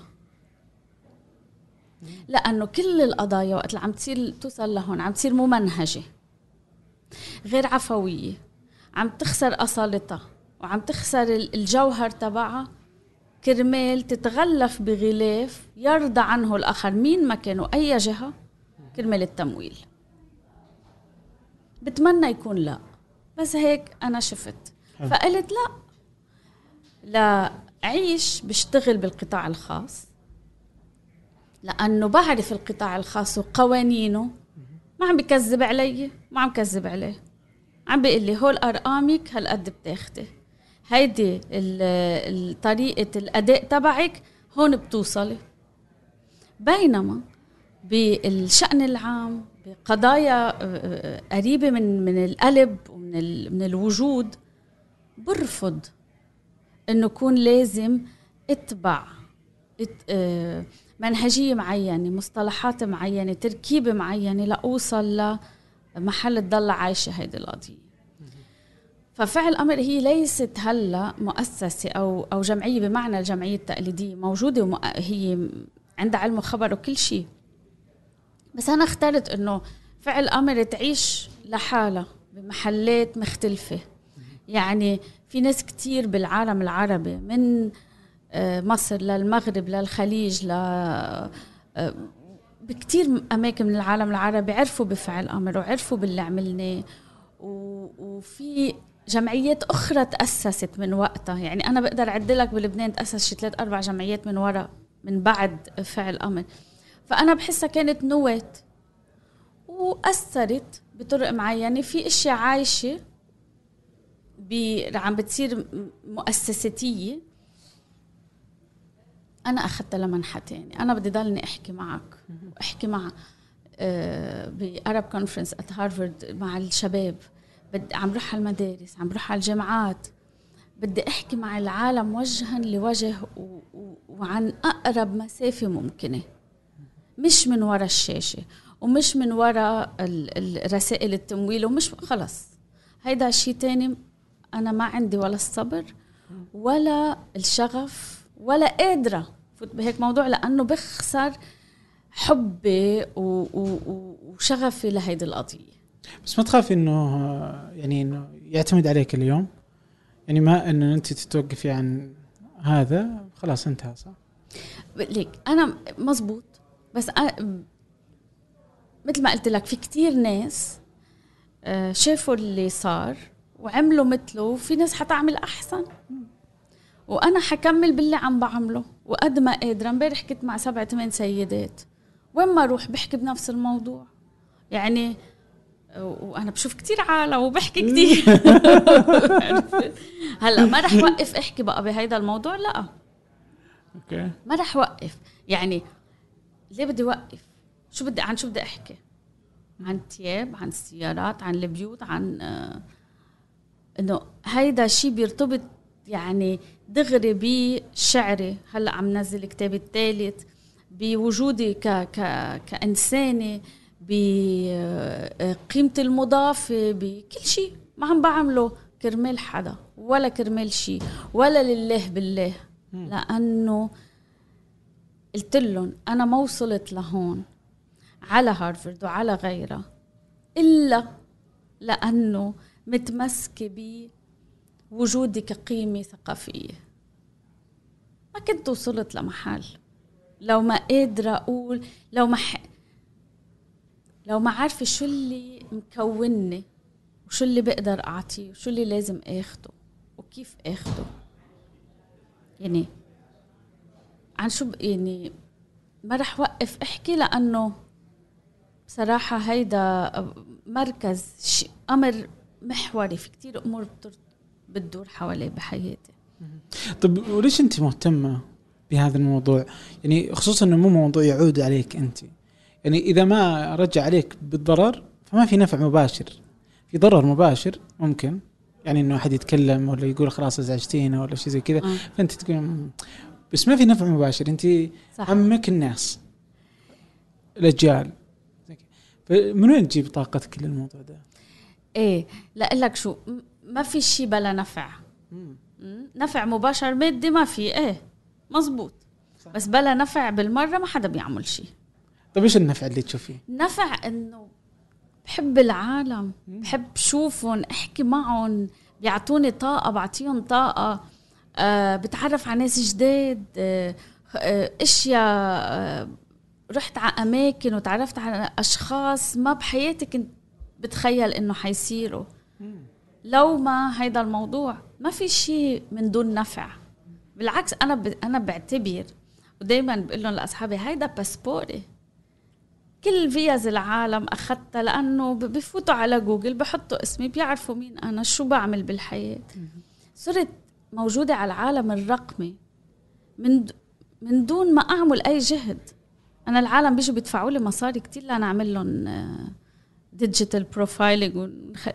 لأنه كل القضايا وقت اللي عم تصير توصل لهون عم تصير ممنهجة غير عفوية، عم تخسر أصالتها وعم تخسر الجوهر تبعها كرمال تتغلف بغلاف يرضى عنه الآخر مين ما كانوا أي جهة كرمال التمويل. بتمنى يكون لا، بس هيك أنا شفت فقلت لا أعيش بشتغل بالقطاع الخاص، لأنه بعرف القطاع الخاص وقوانينه ما عم بكذب علي، ما عم كذب عليه، عم بيقول لي هول أرقامك هالقد بتاخدي، هيدي طريقة الأداء تبعك هون بتوصلي. بينما بالشأن العام بقضايا قريبة من القلب ومن الوجود برفض إنه يكون لازم اتبع منهجية معينة، مصطلحات معينة، تركيبة معينة لأوصل لمحل تضل عايشة هيدي القضية. ففعل أمر هي ليست هلا مؤسسة أو جمعية بمعنى الجمعية التقليدية، موجودة هي عندها علم وخبر وكل شيء، بس أنا اخترت إنه فعل أمر تعيش لحالها بمحلات مختلفة. يعني في ناس كتير بالعالم العربي من مصر للمغرب للخليج بكتير أماكن من العالم العربي عرفوا بفعل أمر وعرفوا باللي عملناه، وفي جمعيات أخرى تأسست من وقتها. يعني أنا بقدر أعدلك بلبنان تأسس شي 3-4 جمعيات من وراء من بعد فعل أمر. فأنا بحسها كانت نواة وأثرت بطرق معينة في أشياء عايشة عم بتصير مؤسستية. أنا أخذتها لمنحة تاني. أنا بدي ضلني أحكي معك وأحكي مع بأرب كونفرنس at هارفارد مع الشباب، عم روح على المدارس، عم روح على الجامعات، بدي أحكي مع العالم وجها لوجه وعن أقرب مسافة ممكنة، مش من وراء الشاشة ومش من وراء الرسائل التمويل ومش خلص هيدا شيء تاني. أنا ما عندي ولا الصبر ولا الشغف ولا قادرة فوت بهيك موضوع، لأنه بخسر حبي وشغفي لهيدي القضية. بس ما تخافي إنه يعني إنه يعتمد عليك اليوم؟ يعني ما إنه أنت تتوقفي عن هذا خلاص انتهى صح؟ ليك أنا مزبوط، بس أنا مثل ما قلت لك في كتير ناس شافوا اللي صار وعملوا مثله، وفي ناس حتعمل أحسن، وأنا حكمل باللي عم بعمله وقد ما قادرة. امبارح كنت مع 7-8 سيدات، وين ما أروح بحكي بنفس الموضوع يعني، وأنا بشوف كتير عالم وبحكي كتير. هلأ ما رح وقف أحكي بقى بهيدا الموضوع، لا أوكي. ما رح وقف. يعني ليه بدي وقف؟ شو بدي أحكي؟ عن تياب، عن السيارات، عن البيوت، عن إنه هيدا شيء بيرتبط يعني دغري بشعري. هلأ عم نزل كتابي الثالث، بوجودي كإنسانة، بقيمتي المضافة، بكل شيء ما عم بعمله كرمال حدا ولا كرمال شيء ولا لله بالله. لأنه قلت لهم أنا ما وصلت لهون على هارفارد وعلى غيرها إلا لأنه متمسكة بوجودي كقيمة ثقافية. ما كنت وصلت لمحل لو ما قادرة أقول، لو ما عارفة شو اللي مكونني وشو اللي بقدر أعطيه وشو اللي لازم أخده وكيف أخده. يعني عن شو يعني ما رح وقف أحكي، لأنه بصراحة هيدا مركز أمر محوري في كتير أمور بتدور حوالي بحياتي. طب وليش أنت مهتمة بهذا الموضوع؟ يعني خصوصا أنه مو موضوع يعود عليك أنت، يعني إذا ما رجع عليك بالضرر فما في نفع مباشر. في ضرر مباشر ممكن، يعني إنه أحد يتكلم ولا يقول خلاص ازعجتينا ولا شيء زي كذا، فأنت تقول بس ما في نفع مباشر. أنت همك الناس، الأجيال، فمن وين تجيب طاقتك للموضوع ده؟ إيه لا لك شو، ما في شيء بلا نفع. نفع مباشر مادي ما في، إيه مزبوط، بس بلا نفع بالمرة ما حدا بيعمل شيء. طيب إيش النفع اللي تشوفيه؟ نفع إنه بحب العالم، بحب شوفهم، أحكي معهم، بيعطوني طاقة، بعطيهم طاقة، بتعرف على ناس جداد، اشياء، رحت على اماكن وتعرفت على اشخاص ما بحياتي كنت بتخيل انه حيصيروا. لو ما هيدا الموضوع ما في شيء من دون نفع. بالعكس انا بعتبر ودايما بقول لهم لاصحابي هيدا باسبوري. كل فيز العالم اخذتها لانه بفوتوا على جوجل بحطوا اسمي بيعرفوا مين انا، شو بعمل بالحياة. صرت موجودة على العالم الرقمي من دون ما أعمل أي جهد. أنا العالم بيجوا بيدفعوا لي مصاري كتير لأنا أعمل لهم ديجيتال بروفايلينج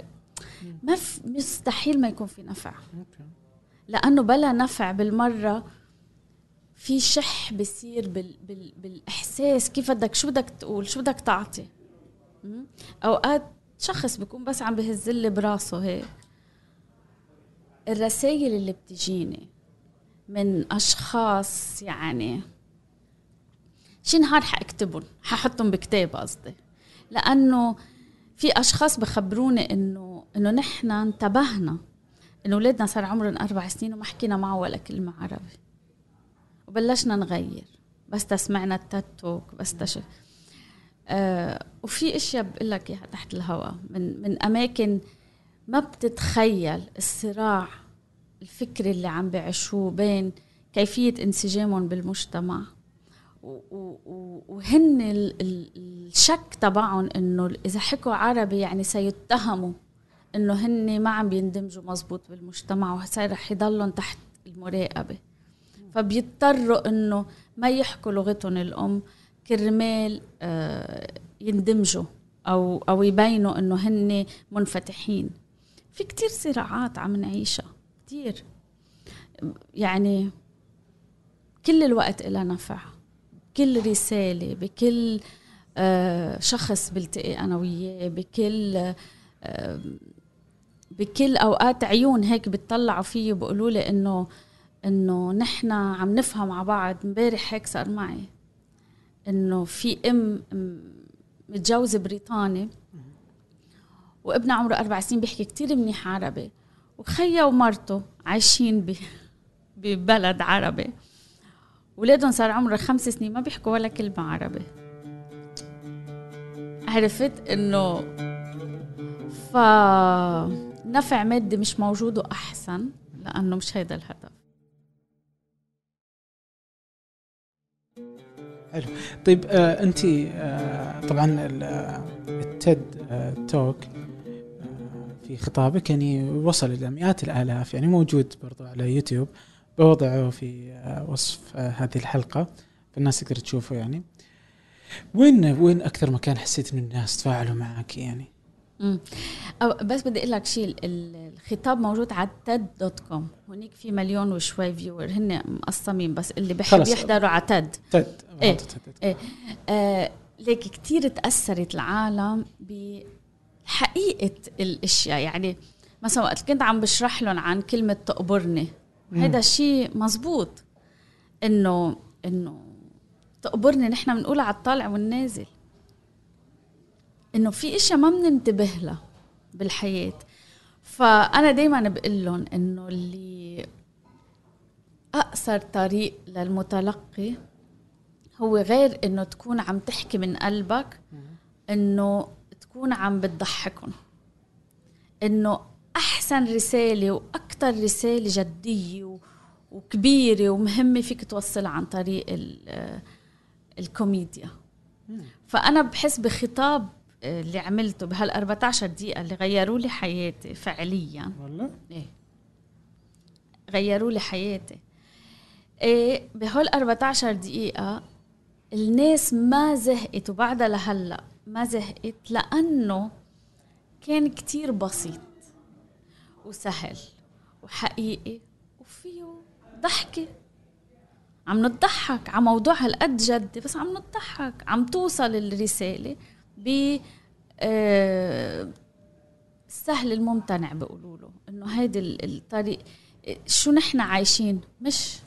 مستحيل ما يكون في نفع، لأنه بلا نفع بالمرة في شح بيصير بالإحساس. كيف بدك، شو بدك تقول، شو بدك تعطي. أوقات شخص بيكون بس عم بهزلي براسه هيك. الرسائل اللي بتجيني من أشخاص يعني شي نهار حأكتبهم، ححطهم بكتاب قصدي، لأنه في أشخاص بخبروني إنه نحن انتبهنا إنه ولادنا صار عمرهم 4 سنين وما حكينا معه ولا كلمة عربي، وبلشنا نغير بس تسمعنا التاتوك بس تشف. وفي اشياء بقول لك اياها تحت الهواء من اماكن ما بتتخيل الصراع الفكري اللي عم بيعيشوه بين كيفية انسجامهم بالمجتمع وهن الشك تبعهم انه اذا حكوا عربي يعني سيتهموا انه هن ما عم بيندمجوا مزبوط بالمجتمع وصار رح يضلون تحت المراقبة، فبيضطروا انه ما يحكوا لغتهم الام كرمال يندمجوا او يبينوا انه هن منفتحين. في كتير صراعات عم نعيشها كتير، يعني كل الوقت إلها نفع. كل رسالة بكل شخص بلتقي أنا وياه، بكل أوقات عيون هيك بتطلعوا فيه وبقولوا لي إنه نحن عم نفهم مع بعض. امبارح هيك صار معي إنه في متجوزة بريطاني وابن عمره 4 سنين بيحكي كتير منيح عربي، وخيا ومرته عايشين ببلد عربي، ولادهم صار عمره 5 سنين ما بيحكوا ولا كلمة عربي. عرفت إنه نفع مادي مش موجود وأحسن، لأنه مش هيدا الهدف. حلو. طيب أنت طبعا التيد توك في خطابك يعني وصل إلى مئات الآلاف، يعني موجود برضو على يوتيوب، بوضعه في وصف هذه الحلقة فالناس تقدر تشوفه. يعني وين أكثر مكان حسيت إن الناس تفاعلوا معك يعني؟ بس بدي أقول لك شيء، الخطاب موجود على TED.com، هناك في 1,000,000 وشوي فيور، هن مقسمين بس اللي بحب يحضروا على TED. ليك كتير تأثرت العالم بحقيقة الاشياء. يعني مثلا وقت كنت عم بشرح لهم عن كلمة تقبرني، هذا الشيء مزبوط، انه تقبرني نحن بنقولها على الطالع والنازل، انه في اشياء ما بننتبه لها بالحياة. فانا دايما بقول لهم انه اللي اقصر طريق للمتلقي هو غير انه تكون عم تحكي من قلبك، انه تكون عم بتضحكهم، انه احسن رسالة واكتر رسالة جدية وكبيرة ومهمة فيك توصل عن طريق الكوميديا. فانا بحس بخطاب اللي عملته بهال14 دقيقة اللي غيروا لي حياتي فعليا، والله ايه غيروا لي حياتي. ايه بهال 14 دقيقة الناس ما زهقت، وبعدها لهلا ما زهقت، لأنه كان كتير بسيط وسهل وحقيقي وفيه ضحكة. عم نضحك على موضوع هالقد جدي، بس عم نضحك، عم توصل الرسالة السهل الممتنع بيقولوا له، انه هيدي الطريق شو نحن عايشين، مش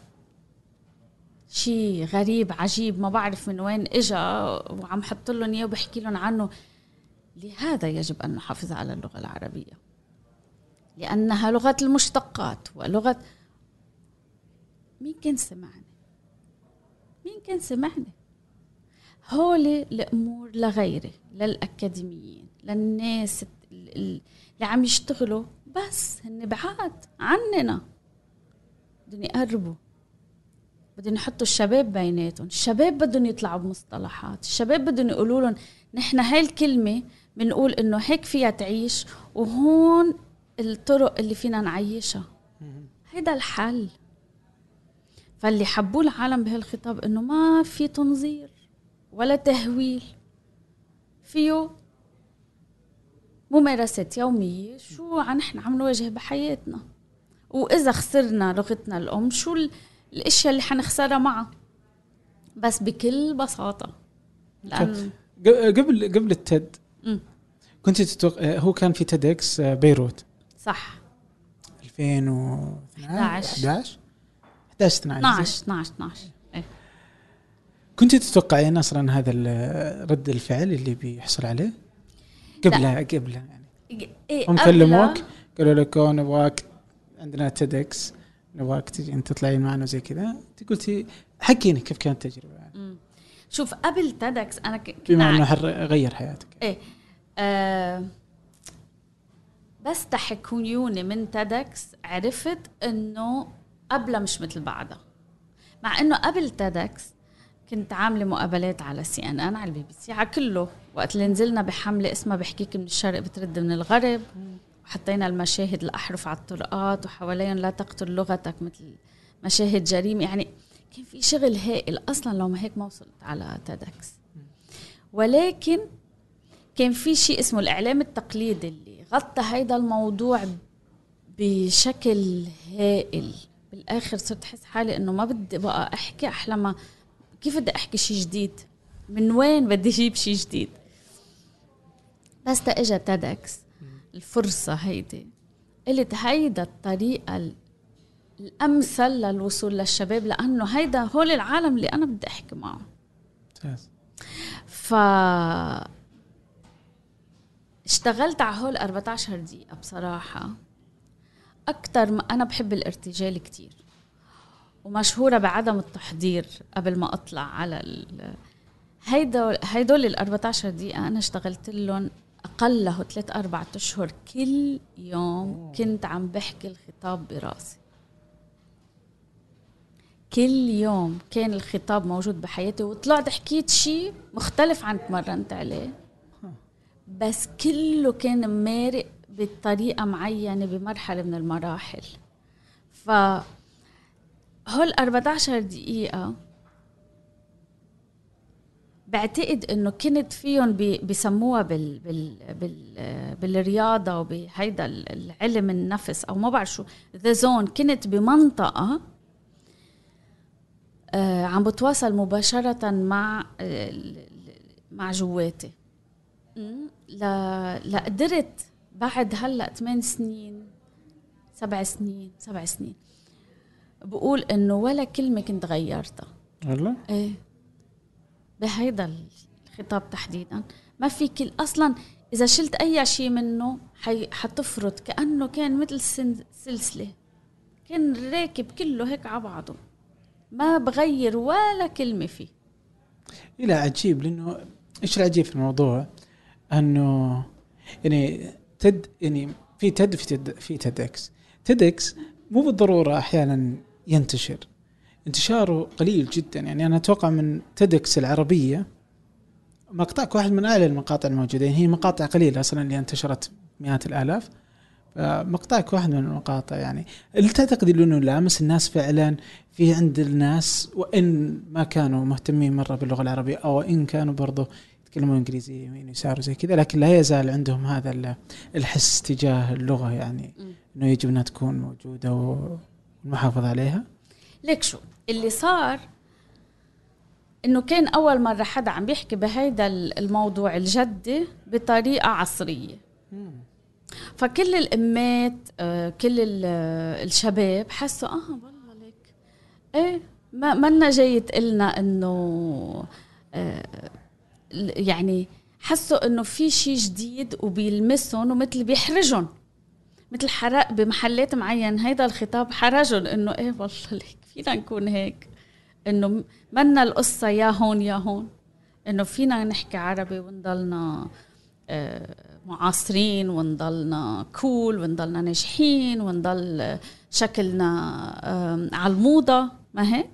شيء غريب عجيب ما بعرف من وين اجا وعم حط لهم اياه وبحكي لهم عنه. لهذا يجب ان نحافظ على اللغة العربية، لانها لغة المشتقات ولغة مين كان سمعني. هولي الامور لغيري، للاكاديميين، للناس اللي عم يشتغلوا، بس هن بعاد عننا، بدهم يقربوا، بدهم يحطوا الشباب بيناتهم. الشباب بدهم يطلعوا بمصطلحات، الشباب بدهم يقولوا لهم نحن هاي الكلمة بنقول انه هيك فيها تعيش، وهون الطرق اللي فينا نعيشها، هيدا الحل. فاللي حبوا العالم بهالخطاب انه ما في تنظير ولا تهويل، فيه ممارسات يومية، شو نحن عم نواجه بحياتنا، وإذا خسرنا لغتنا الأم شو الاشياء اللي حنخسرها معها، بس بكل بساطة. لأن قبل التد كنت هو كان في تيدكس بيروت، صح؟ 2011 إيه. كنت تتوقعين اصلا هذا رد الفعل اللي بيحصل عليه قبلها يعني هم كلموك قالوا لك نبغاك عندنا تيدكس، نبغاك تجي انت تطلعين معنا زي كذا، انت قلتي حكيني كيف كانت التجربه يعني. شوف قبل تيدكس انا بما انه غير حياتك ايه بس تحكيوني من تيدكس عرفت انه قبلها مش مثل بعدها، مع انه قبل تيدكس كنت عامله مقابلات على CNN، على البي بي سي، على كله، وقت اللي نزلنا بحمله اسمها بحكيك من الشرق بترد من الغرب، وحطينا المشاهد الأحرف على الطرقات وحواليهم لا تقتل لغتك، مثل مشاهد جريمة. يعني كان في شغل هائل أصلا، لو ما هيك ما وصلت على تيدكس. ولكن كان في شيء اسمه الإعلام التقليدي اللي غطى هيدا الموضوع بشكل هائل. بالآخر صرت أحس حالي إنه ما بدي بقى أحكي، أحلى ما كيف بدي أحكي شيء جديد، من وين بدي أجيب شيء جديد. بس تأجى تيدكس الفرصة هيدي، قلت هيدا الطريقة الأمثل للوصول للشباب، لأنه هيدا هول العالم اللي أنا بدي أحكي معه. اشتغلت على هول 14 دقيقة بصراحة أكتر ما أنا بحب الارتجال كتير، ومشهورة بعدم التحضير قبل ما أطلع على هيدول 14 دقيقة أنا اشتغلت لهم أقله 3-4 أشهر كل يوم. كنت عم بحكي الخطاب براسي كل يوم، كان الخطاب موجود بحياتي، وطلعت حكيت شيء مختلف عن تمرنت عليه، بس كله كان مارق بطريقة معينة بمرحلة من المراحل. فهول 14 دقيقة بعتقد انه كنت فيهم بسموها بالرياضة وبهيدا العلم النفس او ما بعرف شو ذا زون. كنت بمنطقة عم بتواصل مباشرة مع جواتي. لا قدرت بعد هلأ 8 سنين 7 سنين بقول انه ولا كلمة كنت غيرتها. والله ايه بهيدا الخطاب تحديدا ما في كل اصلا اذا شلت اي شيء منه حتفرط، كأنه كان مثل سلسلة، كان راكب كله هيك على بعضه، ما بغير ولا كلمة فيه. إلى عجيب، لأنه إيش العجيب في الموضوع أنه يعني في تيدكس مو بالضرورة أحيانا ينتشر، انتشاره قليل جدا. يعني أنا أتوقع من تيدكس العربية مقطعك واحد من أعلى المقاطع الموجودة، هي مقاطع قليلة أصلا اللي انتشرت مئات الآلاف، مقطعك واحد من المقاطع. يعني اللي تعتقد أنه لامس الناس فعلا في عند الناس، وإن ما كانوا مهتمين مرة باللغة العربية أو إن كانوا برضو يتكلمون إنجليزي يمين يسار زي كذا، لكن لا يزال عندهم هذا الحس تجاه اللغة، يعني إنه يجب أنها تكون موجودة والمحافظة عليها. ليك شو اللي صار، إنه كان أول مرة حدا عم بيحكي بهيدا الموضوع الجدي بطريقة عصرية. فكل الأمات كل الشباب حسوا والله ليك إيه ما جاي تقلنا إنه يعني حسوا إنه في شيء جديد وبيلمسهم ومثل بيحرجهم، مثل حرق بمحلات معين. هيدا الخطاب حرجهم إنه إيه والله ليك فينا نكون هيك، إنه منا القصة يا هون إنه فينا نحكي عربي ونضلنا معاصرين ونضلنا كول ونضلنا ناجحين ونضل شكلنا على الموضة، ما هيك؟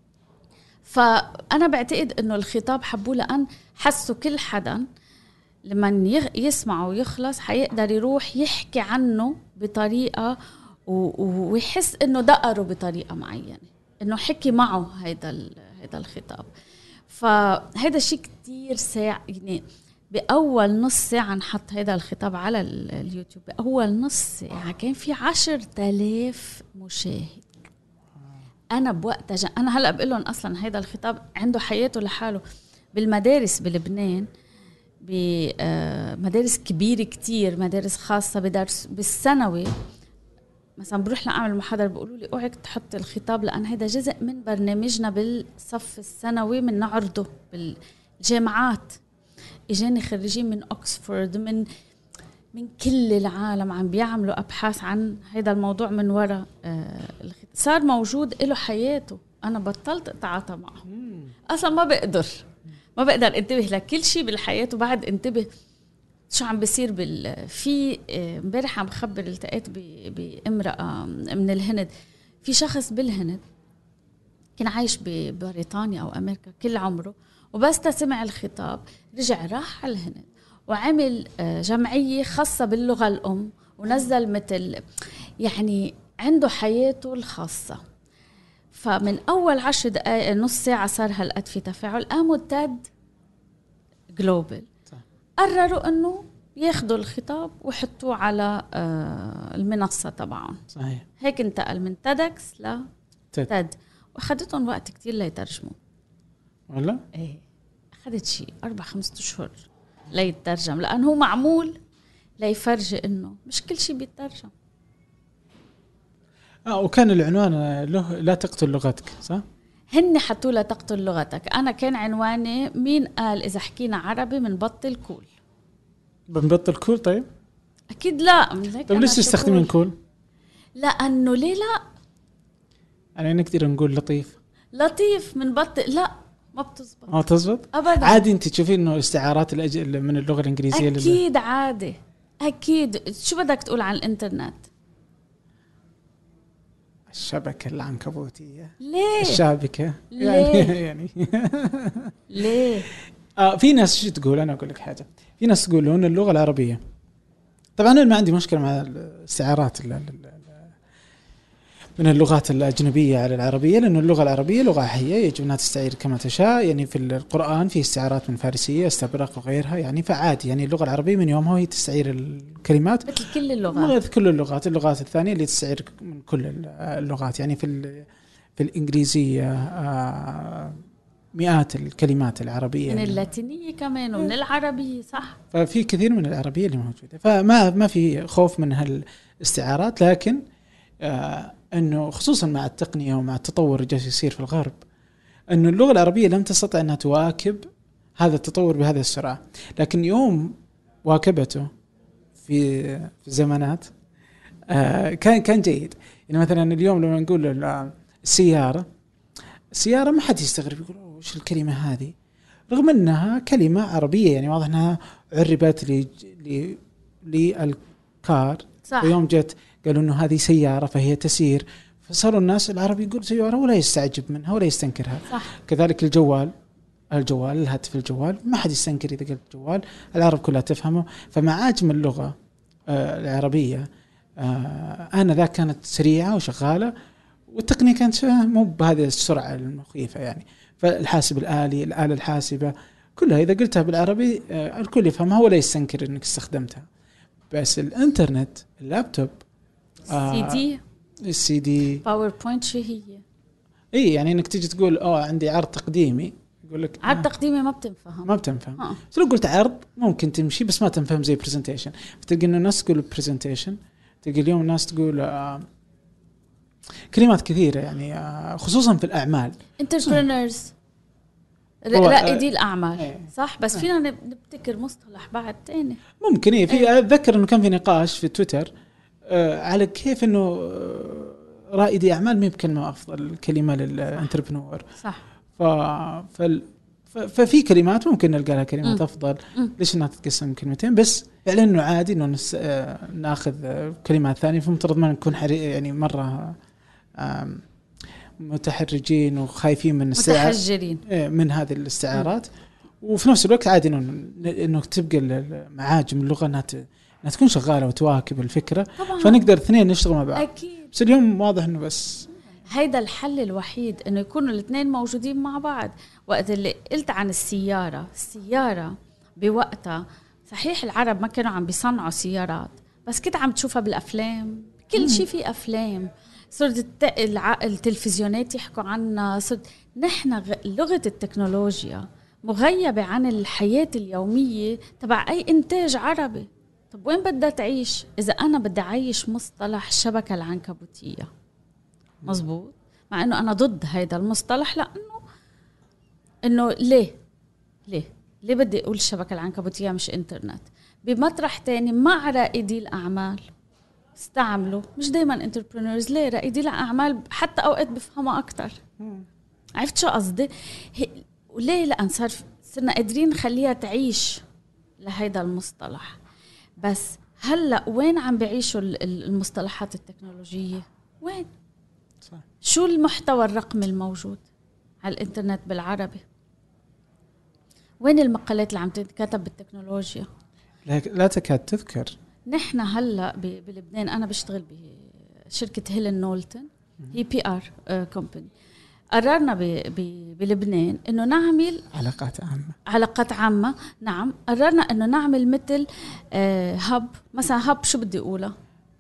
فأنا بعتقد إنه الخطاب حبوه لأن حسوا كل حدا لما يسمعه ويخلص حيقدر يروح يحكي عنه بطريقة ويحس إنه دقره بطريقة معينة، إنه حكي معه هيدا الخطاب. فهيدا شيء كتير ساعة، يعني بأول نص ساعة نحط هيدا الخطاب على اليوتيوب، بأول نص ساعة كان في 10,000 مشاهد. أنا بوقتها أنا هلأ بقول لهم أصلا هيدا الخطاب عنده حياته لحاله. بالمدارس بلبنان بمدارس كبيرة كتير، مدارس خاصة بدرس بالثانوي مثلا بروح لأعمل محاضرة بيقولوا لي اوعك تحط الخطاب لأن هيدا جزء من برنامجنا بالصف الثانوي من نعرضه بالجامعات. اجاني خريجين من اوكسفورد من كل العالم عم بيعملوا ابحاث عن هيدا الموضوع من وراء صار موجود له حياته. انا بطلت اتعاطى معه اصلا، ما بقدر انتبه لكل شيء بالحياة وبعد انتبه شو عم بيصير في امبارح عم بخبر التقيت بامرأة من الهند. في شخص بالهند كان عايش ببريطانيا او امريكا كل عمره، وبس تسمع الخطاب رجع راح على الهند وعمل جمعية خاصة باللغة الأم ونزل مثل يعني عنده حياته الخاصة. فمن أول 10 دقائق نص ساعة صار هالقد في تفاعل. قاموا تاد جلوبال قرروا أنه ياخدوا الخطاب ويحطوه على المنصة تبعهم. صحيح. هيك انتقل من تيدكس لتاد، وأخذتهم وقت كتير ليترجموا. ولا؟ ايه أخذت شيء 4-5 أشهر ليترجم، لأنه هو معمول ليفرجي إنه مش كل شيء بيترجم. وكان العنوان له لا تقتل لغتك، صح؟ هن حطوا لا تقتل لغتك. أنا كان عنواني مين قال إذا حكينا عربي منبطل كول. بنبطل كول؟ طيب أكيد لا. طيب ليش تستخدمين كول؟ لأنه ليه لا يعني نقدر نقول لطيف من بطل، لا ما بتزبط. ما تزبط أبدا. عادي انت تشوفين انه استعارات من اللغه الانجليزيه اكيد عادي، اكيد. شو بدك تقول عن الانترنت؟ الشبكه العنكبوتيه. ليه الشابكه ليه يعني ليه في ناس شو تقول، انا اقول لك حاجه، في ناس تقولون اللغه العربيه، طبعا انا ما عندي مشكله مع الاستعارات من اللغات الأجنبية على العربية، لأن اللغة العربية لغة حية يجب أنها تستعير كما تشاء. يعني في القرآن في استعارات من فارسية، استبرق وغيرها، يعني فعادي. يعني اللغة العربية من يومها هي تستعير الكلمات مثل كل اللغات، كل اللغات الثانية اللي تستعير من كل اللغات. يعني في الإنجليزية مئات الكلمات العربية من يعني اللاتينية كمان ومن العربية، صح. ففي كثير من العربية اللي موجودة، فما في خوف من هالاستعارات. لكن أنه خصوصا مع التقنية ومع التطور اللي جالس يصير في الغرب، أنه اللغة العربية لم تستطع أنها تواكب هذا التطور بهذه السرعة. لكن يوم واكبته في زمانات كان جيد. يعني مثلا اليوم لما نقول السيارة ما حد يستغرب يقول وش الكلمة هذه، رغم أنها كلمة عربية. يعني واضح أنها عربت للكار، ويوم جت قالوا إنه هذه سيارة فهي تسير، فصاروا الناس العرب يقول سيارة ولا يستعجب منها ولا يستنكرها. صح. كذلك الجوال الهاتف الجوال ما حد يستنكر إذا قلت الجوال، العرب كلها تفهمه. فمعاجم اللغة العربية آنذاك كانت سريعة وشغالة، والتقنية كانت مو بهذه السرعة المخيفة. يعني فالحاسب الآلي، الآلة الحاسبة كلها إذا قلتها بالعربي الكل يفهمها ولا يستنكر إنك استخدمتها. بس الإنترنت، اللابتوب، السي دي، باوربوينت، شو هي؟ اي يعني انك تيجي تقول عندي عرض تقديمي، يقول لك عرض تقديمي ما بتنفهم. بس لو قلت عرض ممكن تمشي، بس ما تنفهم زي برزنتيشن. فتلقى انه الناس تقول برزنتيشن، تلقى اليوم الناس تقول كلمات كثيرة يعني خصوصا في الأعمال. entrepreneurs، رائدي الأعمال، صح. بس فينا نبتكر مصطلح بعد تاني ممكن. في أتذكر إنه كان في نقاش في تويتر على كيف إنه رائدي أعمال ما بكلمة أفضل كلمة للانتربرنور، صح. ففي كلمات ممكن نلقى لها كلمات أفضل. ليش إنها تتقسم كلمتين بس؟ فعلا إنه عادي إنه نأخذ كلمات ثانية، فمفترض ما نكون يعني مرة متحرجين وخايفين من متحجرين من هذه الاستعارات. وفي نفس الوقت عادي إنه تبقى معاجم اللغة إنها تكون شغالة وتواكب الفكرة طبعاً. فنقدر اثنين نشتغل مع بعض أكيد. بس اليوم واضح إنه بس هيدا الحل الوحيد، إنه يكونوا الاثنين موجودين مع بعض. وقت اللي قلت عن السيارة بوقتها صحيح العرب ما كانوا عم بيصنعوا سيارات، بس كنت عم تشوفها بالأفلام، كل شيء في أفلام، صرت التلفزيونات يحكوا عنها، صرت نحن لغة التكنولوجيا مغيبة عن الحياة اليومية تبع أي إنتاج عربي. طب وين بدها تعيش إذا أنا بدي أعيش مصطلح الشبكة العنكبوتية؟ مزبوط، مع أنه أنا ضد هيدا المصطلح، لأنه ليه بدي أقول الشبكة العنكبوتية مش إنترنت؟ بمطرح تاني مع رائدي الأعمال استعملوا، مش دايما انتربرينورز، ليه رائدي الأعمال حتى أوقات بفهمها أكتر. عرفت شو قصدي؟ وليه؟ لأن صرنا قادرين نخليها تعيش لهيدا المصطلح. بس هلأ وين عم بيعيشوا المصطلحات التكنولوجية؟ وين؟ صح. شو المحتوى الرقمي الموجود على الانترنت بالعربي؟ وين المقالات اللي عم تتكتب بالتكنولوجيا؟ لا تكاد تذكر. نحن هلأ بلبنان، أنا بشتغل بشركة هيلن نولتن، هي PR كومباني. قررنا بلبنان إنه نعمل علاقات عامة. نعم، قررنا إنه نعمل مثل هاب، مثلا هاب شو بدي أقوله؟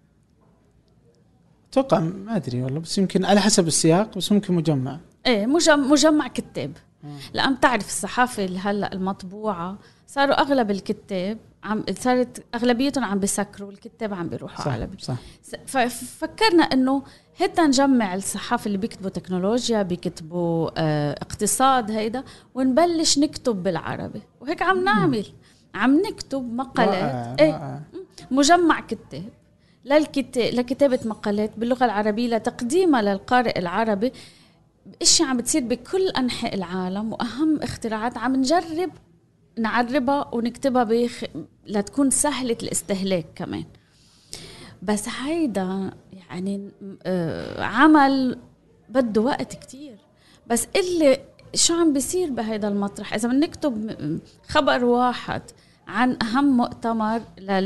أتوقع ما أدري والله، بس يمكن على حسب السياق، بس ممكن مجمع. مجمع كتاب. لأن تعرف الصحافة هلأ المطبوعة صاروا أغلب الكتاب صارت أغلبيتهم عم بيسكروا، الكتاب عم بيروحوا على ففكرنا إنه حتى نجمع الصحافة اللي بيكتبوا تكنولوجيا، بيكتبوا اقتصاد، هيدا، ونبلش نكتب بالعربي. وهيك عم نعمل، عم نكتب مقالات. مجمع كتاب لكتابة مقالات باللغة العربية لتقديمها للقارئ العربي بأشياء عم بتصير بكل أنحاء العالم، وأهم اختراعات عم نجرب نعربها ونكتبها لتكون سهلة الاستهلاك كمان. بس هيدا يعني عمل بده وقت كتير. بس اللي شو عم بيصير بهيدا المطرح، إذا بنكتب خبر واحد عن أهم مؤتمر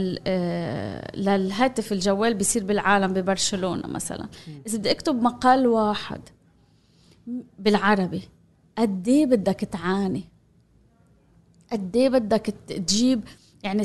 للهاتف الجوال بيصير بالعالم ببرشلونة مثلا، إذا بدي أكتب مقال واحد بالعربي قديه بدك تعاني، قديه بدك تجيب يعني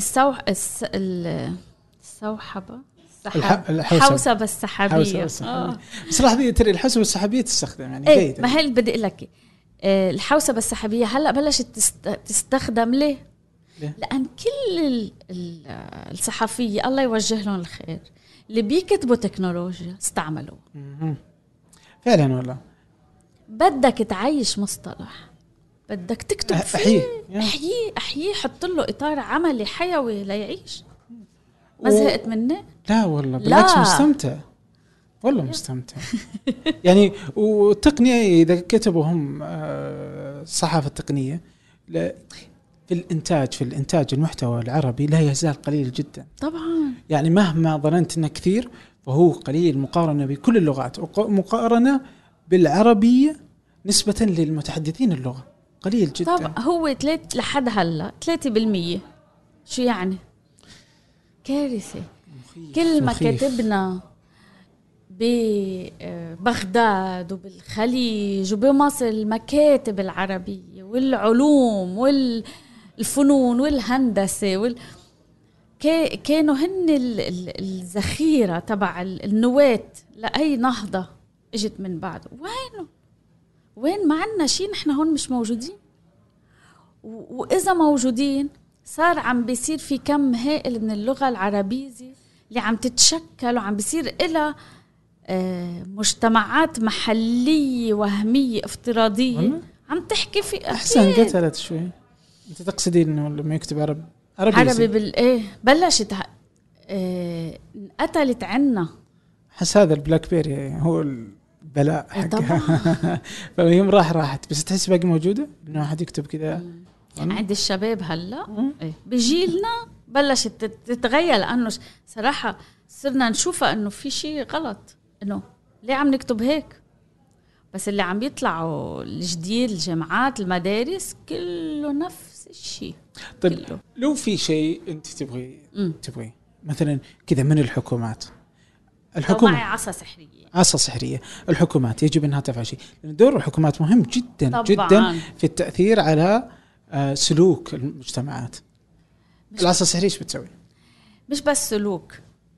الحوسبة السحابية. بس لحظة ترى الحوسبة السحابية تستخدم يعني ايه ما هي بدي اقول لك الحوسبة السحابية هلا بلشت تستخدم ليه؟ لأن كل الصحفية الله يوجه لهم الخير اللي بيكتبوا تكنولوجيا استعملوا فعلا. والله بدك تعيش مصطلح، بدك تكتب فيه أحييه حط له إطار عملي حيوي ليعيش. ما زهقت منه؟ لا والله بالعكس مستمتع والله مستمتع. يعني والتقنية إذا كتبوا هم الصحافة التقنية في الإنتاج المحتوى العربي لا يزال قليل جدا طبعا. يعني مهما ظننت إنه كثير فهو قليل مقارنة بكل اللغات، ومقارنة بالعربية نسبة للمتحدثين اللغة قليل جدا. طبعا هو لحد هلا 3%. شو يعني؟ كارثة. كل ما كتبنا ببغداد وبالخليج وبمصر المكاتب العربية والعلوم والفنون والهندسة كانوا هن الذخيرة تبع النواة لأي نهضة اجت من بعده. وين ما عنا شيء نحن هون مش موجودين، وإذا موجودين صار عم بيصير في كم هائل من اللغة العربية اللي عم تتشكل وعم بيصير إلى مجتمعات محلية وهمية افتراضية عم تحكي في أحسن قتلت شوي. أنت تقصدين إنه لما يكتب عربي بلشت قتلت عنا. حس هذا البلاك بيري هو البلاء حقها. فاليوم راحت بس تحس باقي موجودة إنه أحد يكتب كذا عند الشباب هلا بجيلنا بلشت تتغير، لأنه صراحة صرنا نشوفها إنه في شيء غلط، إنه ليه عم نكتب هيك. بس اللي عم يطلعوا الجديد الجامعات المدارس كله نفس الشيء. طيب كله. لو في شيء أنت تبغي مثلا كذا من الحكومات معي عصا سحرية الحكومات يجب أنها تفعل شيء، لأن دور الحكومات مهم جدا طبعاً. جدا في التأثير على سلوك المجتمعات. العصا السحرية ايش بتسوي؟ مش بس سلوك،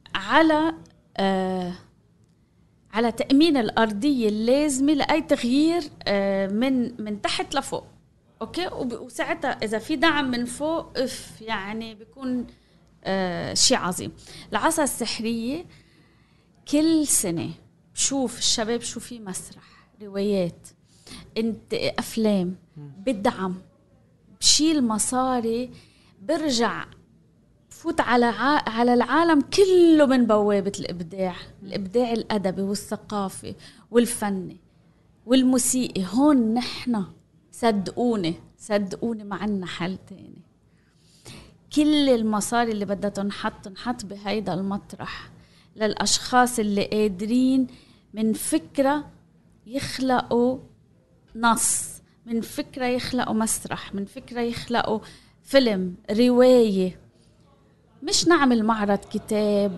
على تأمين الأرضية اللازمة لأي تغيير من تحت لفوق. أوكي، وساعتها إذا في دعم من فوق يعني بيكون شيء عظيم. العصا السحرية كل سنة بشوف الشباب شو في مسرح، روايات، أفلام بالدعم، بشيل مصاري، برجع فوت على العالم كله من بوابة الإبداع الأدبي والثقافي والفني والموسيقي. هون نحن صدقوني ما عنا حل تاني. كل المصاري اللي بدها تنحط بهيدا المطرح للأشخاص اللي قادرين من فكرة يخلقوا نص، من فكرة يخلقوا مسرح، من فكرة يخلقوا فيلم، رواية. مش نعمل معرض كتاب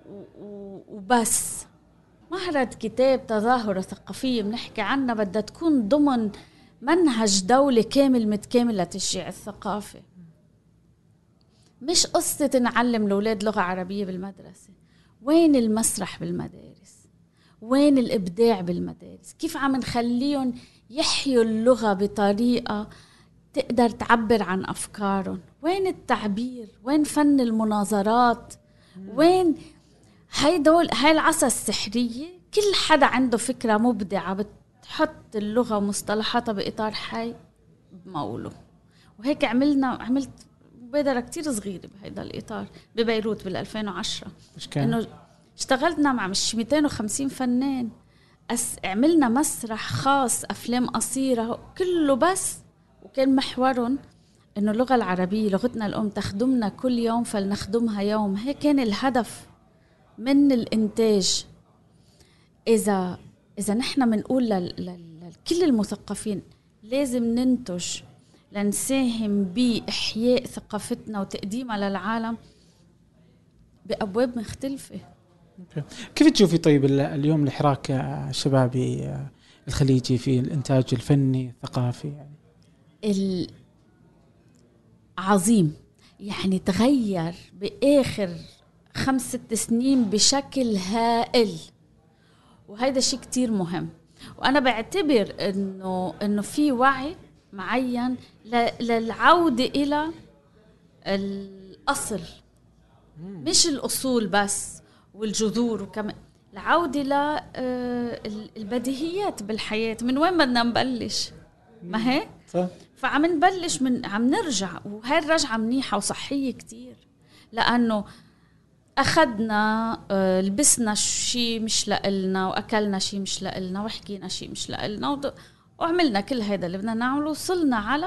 وبس، معرض كتاب تظاهرة ثقافية بنحكي عنها بدها تكون ضمن منهج دولي كامل متكامل لتشجيع الثقافة. مش قصة نعلم الأولاد لغة عربية بالمدرسة. وين المسرح بالمدارس؟ وين الإبداع بالمدارس؟ كيف عم نخليهم يحيوا اللغة بطريقة تقدر تعبر عن أفكارهم؟ وين التعبير؟ وين فن المناظرات؟ وين هاي العصا السحرية؟ كل حدا عنده فكرة مبدعة بتحط اللغة ومصطلحاتها بإطار حي بموله. وهيك عملت مبادرة كتير صغيرة بهذا الإطار ببيروت بال2010، إنه اشتغلنا مع مش 250 فنان، عملنا مسرح خاص، أفلام قصيرة كله، بس وكان محورهم إنه اللغة العربية لغتنا الأم تخدمنا كل يوم فلنخدمها يوم. هيك كان الهدف من الإنتاج. إذا نحن منقول لكل المثقفين لازم ننتج لنساهم بإحياء ثقافتنا وتقديمها للعالم بأبواب مختلفة. كيف تشوفي طيب اليوم الحراك الشبابي الخليجي في الإنتاج الفني الثقافي؟ يعني عظيم، يعني تغير بآخر 5-6 سنين بشكل هائل، وهذا شيء كتير مهم. وأنا بعتبر إنه في وعي معين للعودة إلى الأصل، مش الأصول بس والجذور، وكمان العودة للبديهيات بالحياة. من وين بدنا نبلش؟ ما هيك؟ فعم نبلش عم نرجع، وهاي الرجعة منيحة وصحية كتير، لأنه أخدنا لبسنا شيء مش لإلنا، وأكلنا شيء مش لإلنا، وحكينا شيء مش لإلنا، وعملنا كل هذا اللي بدنا نعمله، وصلنا على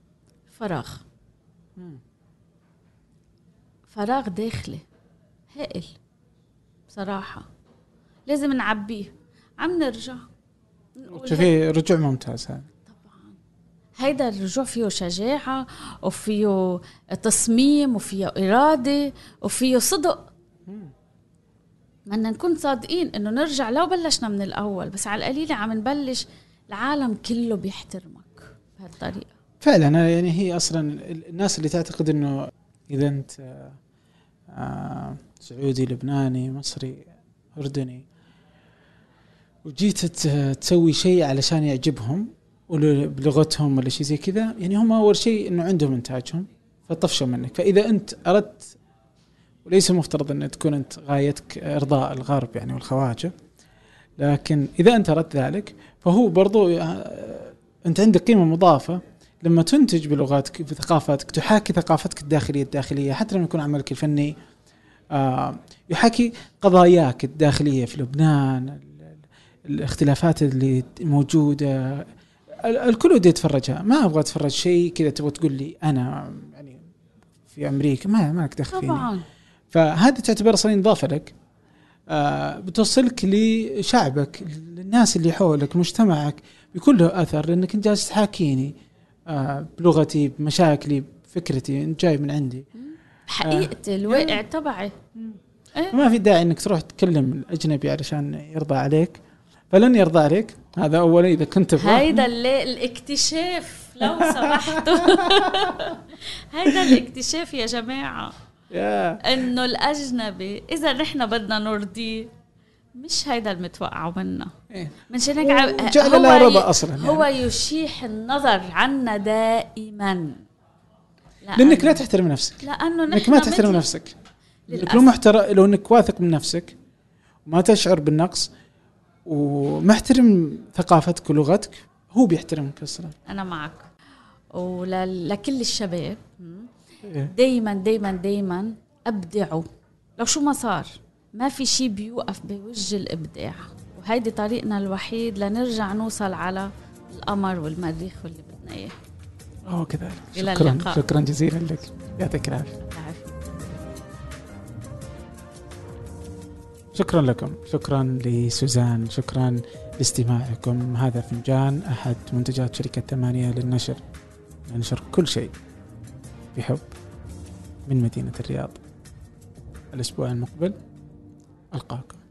فراغ داخلي هائل بصراحة، لازم نعبيه. عم نرجع شوفي رجوع ممتاز هذا. طبعا هيدا الرجوع فيه شجاعة، وفيه تصميم، وفيه إرادة، وفيه صدق. بدنا نكون صادقين إنه نرجع. لو بلشنا من الأول بس على القليلة عم نبلش، العالم كله بيحترمك بهالطريقة فعلا. يعني هي أصلا الناس اللي تعتقد إنه إذا أنت سعودي، لبناني، مصري، أردني، وجيت تسوي شيء علشان يعجبهم بلغتهم ولا شيء زي كذا، يعني هم أول شيء إنه عندهم إنتاجهم فطفشوا منك. فإذا أنت أردت، وليس مفترض أن تكون أنت غايتك إرضاء الغرب يعني والخواجة، لكن إذا أنت أردت ذلك فهو برضو أنت عندك قيمة مضافة لما تنتج بلغاتك بثقافتك، تحاكي ثقافتك الداخلية، حتى لما يكون عملك الفني يحاكي قضاياك الداخلية في لبنان، الاختلافات اللي موجودة. الكل ودي يتفرجها، ما أبغى أتفرج شيء كذا تبغى تقول لي أنا يعني في أمريكا ما لك دخل فيني. فهذا تعتبر صار إضافة لك، بتوصلك لشعبك، للناس اللي حولك، مجتمعك بيكون له أثر، لأنك أنت جالس تحاكيني بلغتي، بمشاكلي، بفكرتي، أنت جاي من عندي، حقيقتي الواقع تبعي. ما في داعي أنك تروح تكلم الأجنبي علشان يرضى عليك، فلن يرضى عليك. هذا أولا. إذا كنت هيدا الاكتشاف لو سمحتوا هيدا الاكتشاف يا جماعة، إنه الأجنبي إذا نحن بدنا نرضيه مش هيدا المتوقعه منا. من شانك جعل لا رضا أصلا يعني. هو يشيح النظر عنا دائما، لأنك لا تحترم نفسك، لأنه لأنك ما تحترم نفسك، لو أنك واثق من نفسك وما تشعر بالنقص ومحترم ثقافتك ولغتك، هو بيحترمك أصلا. أنا معك. ولكل الشباب دايما دايما دايما أبدعوا، لو شو ما صار ما في شيء بيوقف بوجه الإبداع، وهيدي طريقنا الوحيد لنرجع نوصل على القمر والمريخ واللي بدنا إياه. كذلك. شكرا جزيلا لك، يعطيك العافية. شكرا لكم، شكرا لسوزان، شكرا لاستماعكم. هذا فنجان، أحد منتجات شركة 8 للنشر، ننشر كل شيء بحب من مدينة الرياض. الأسبوع المقبل ألقاكم.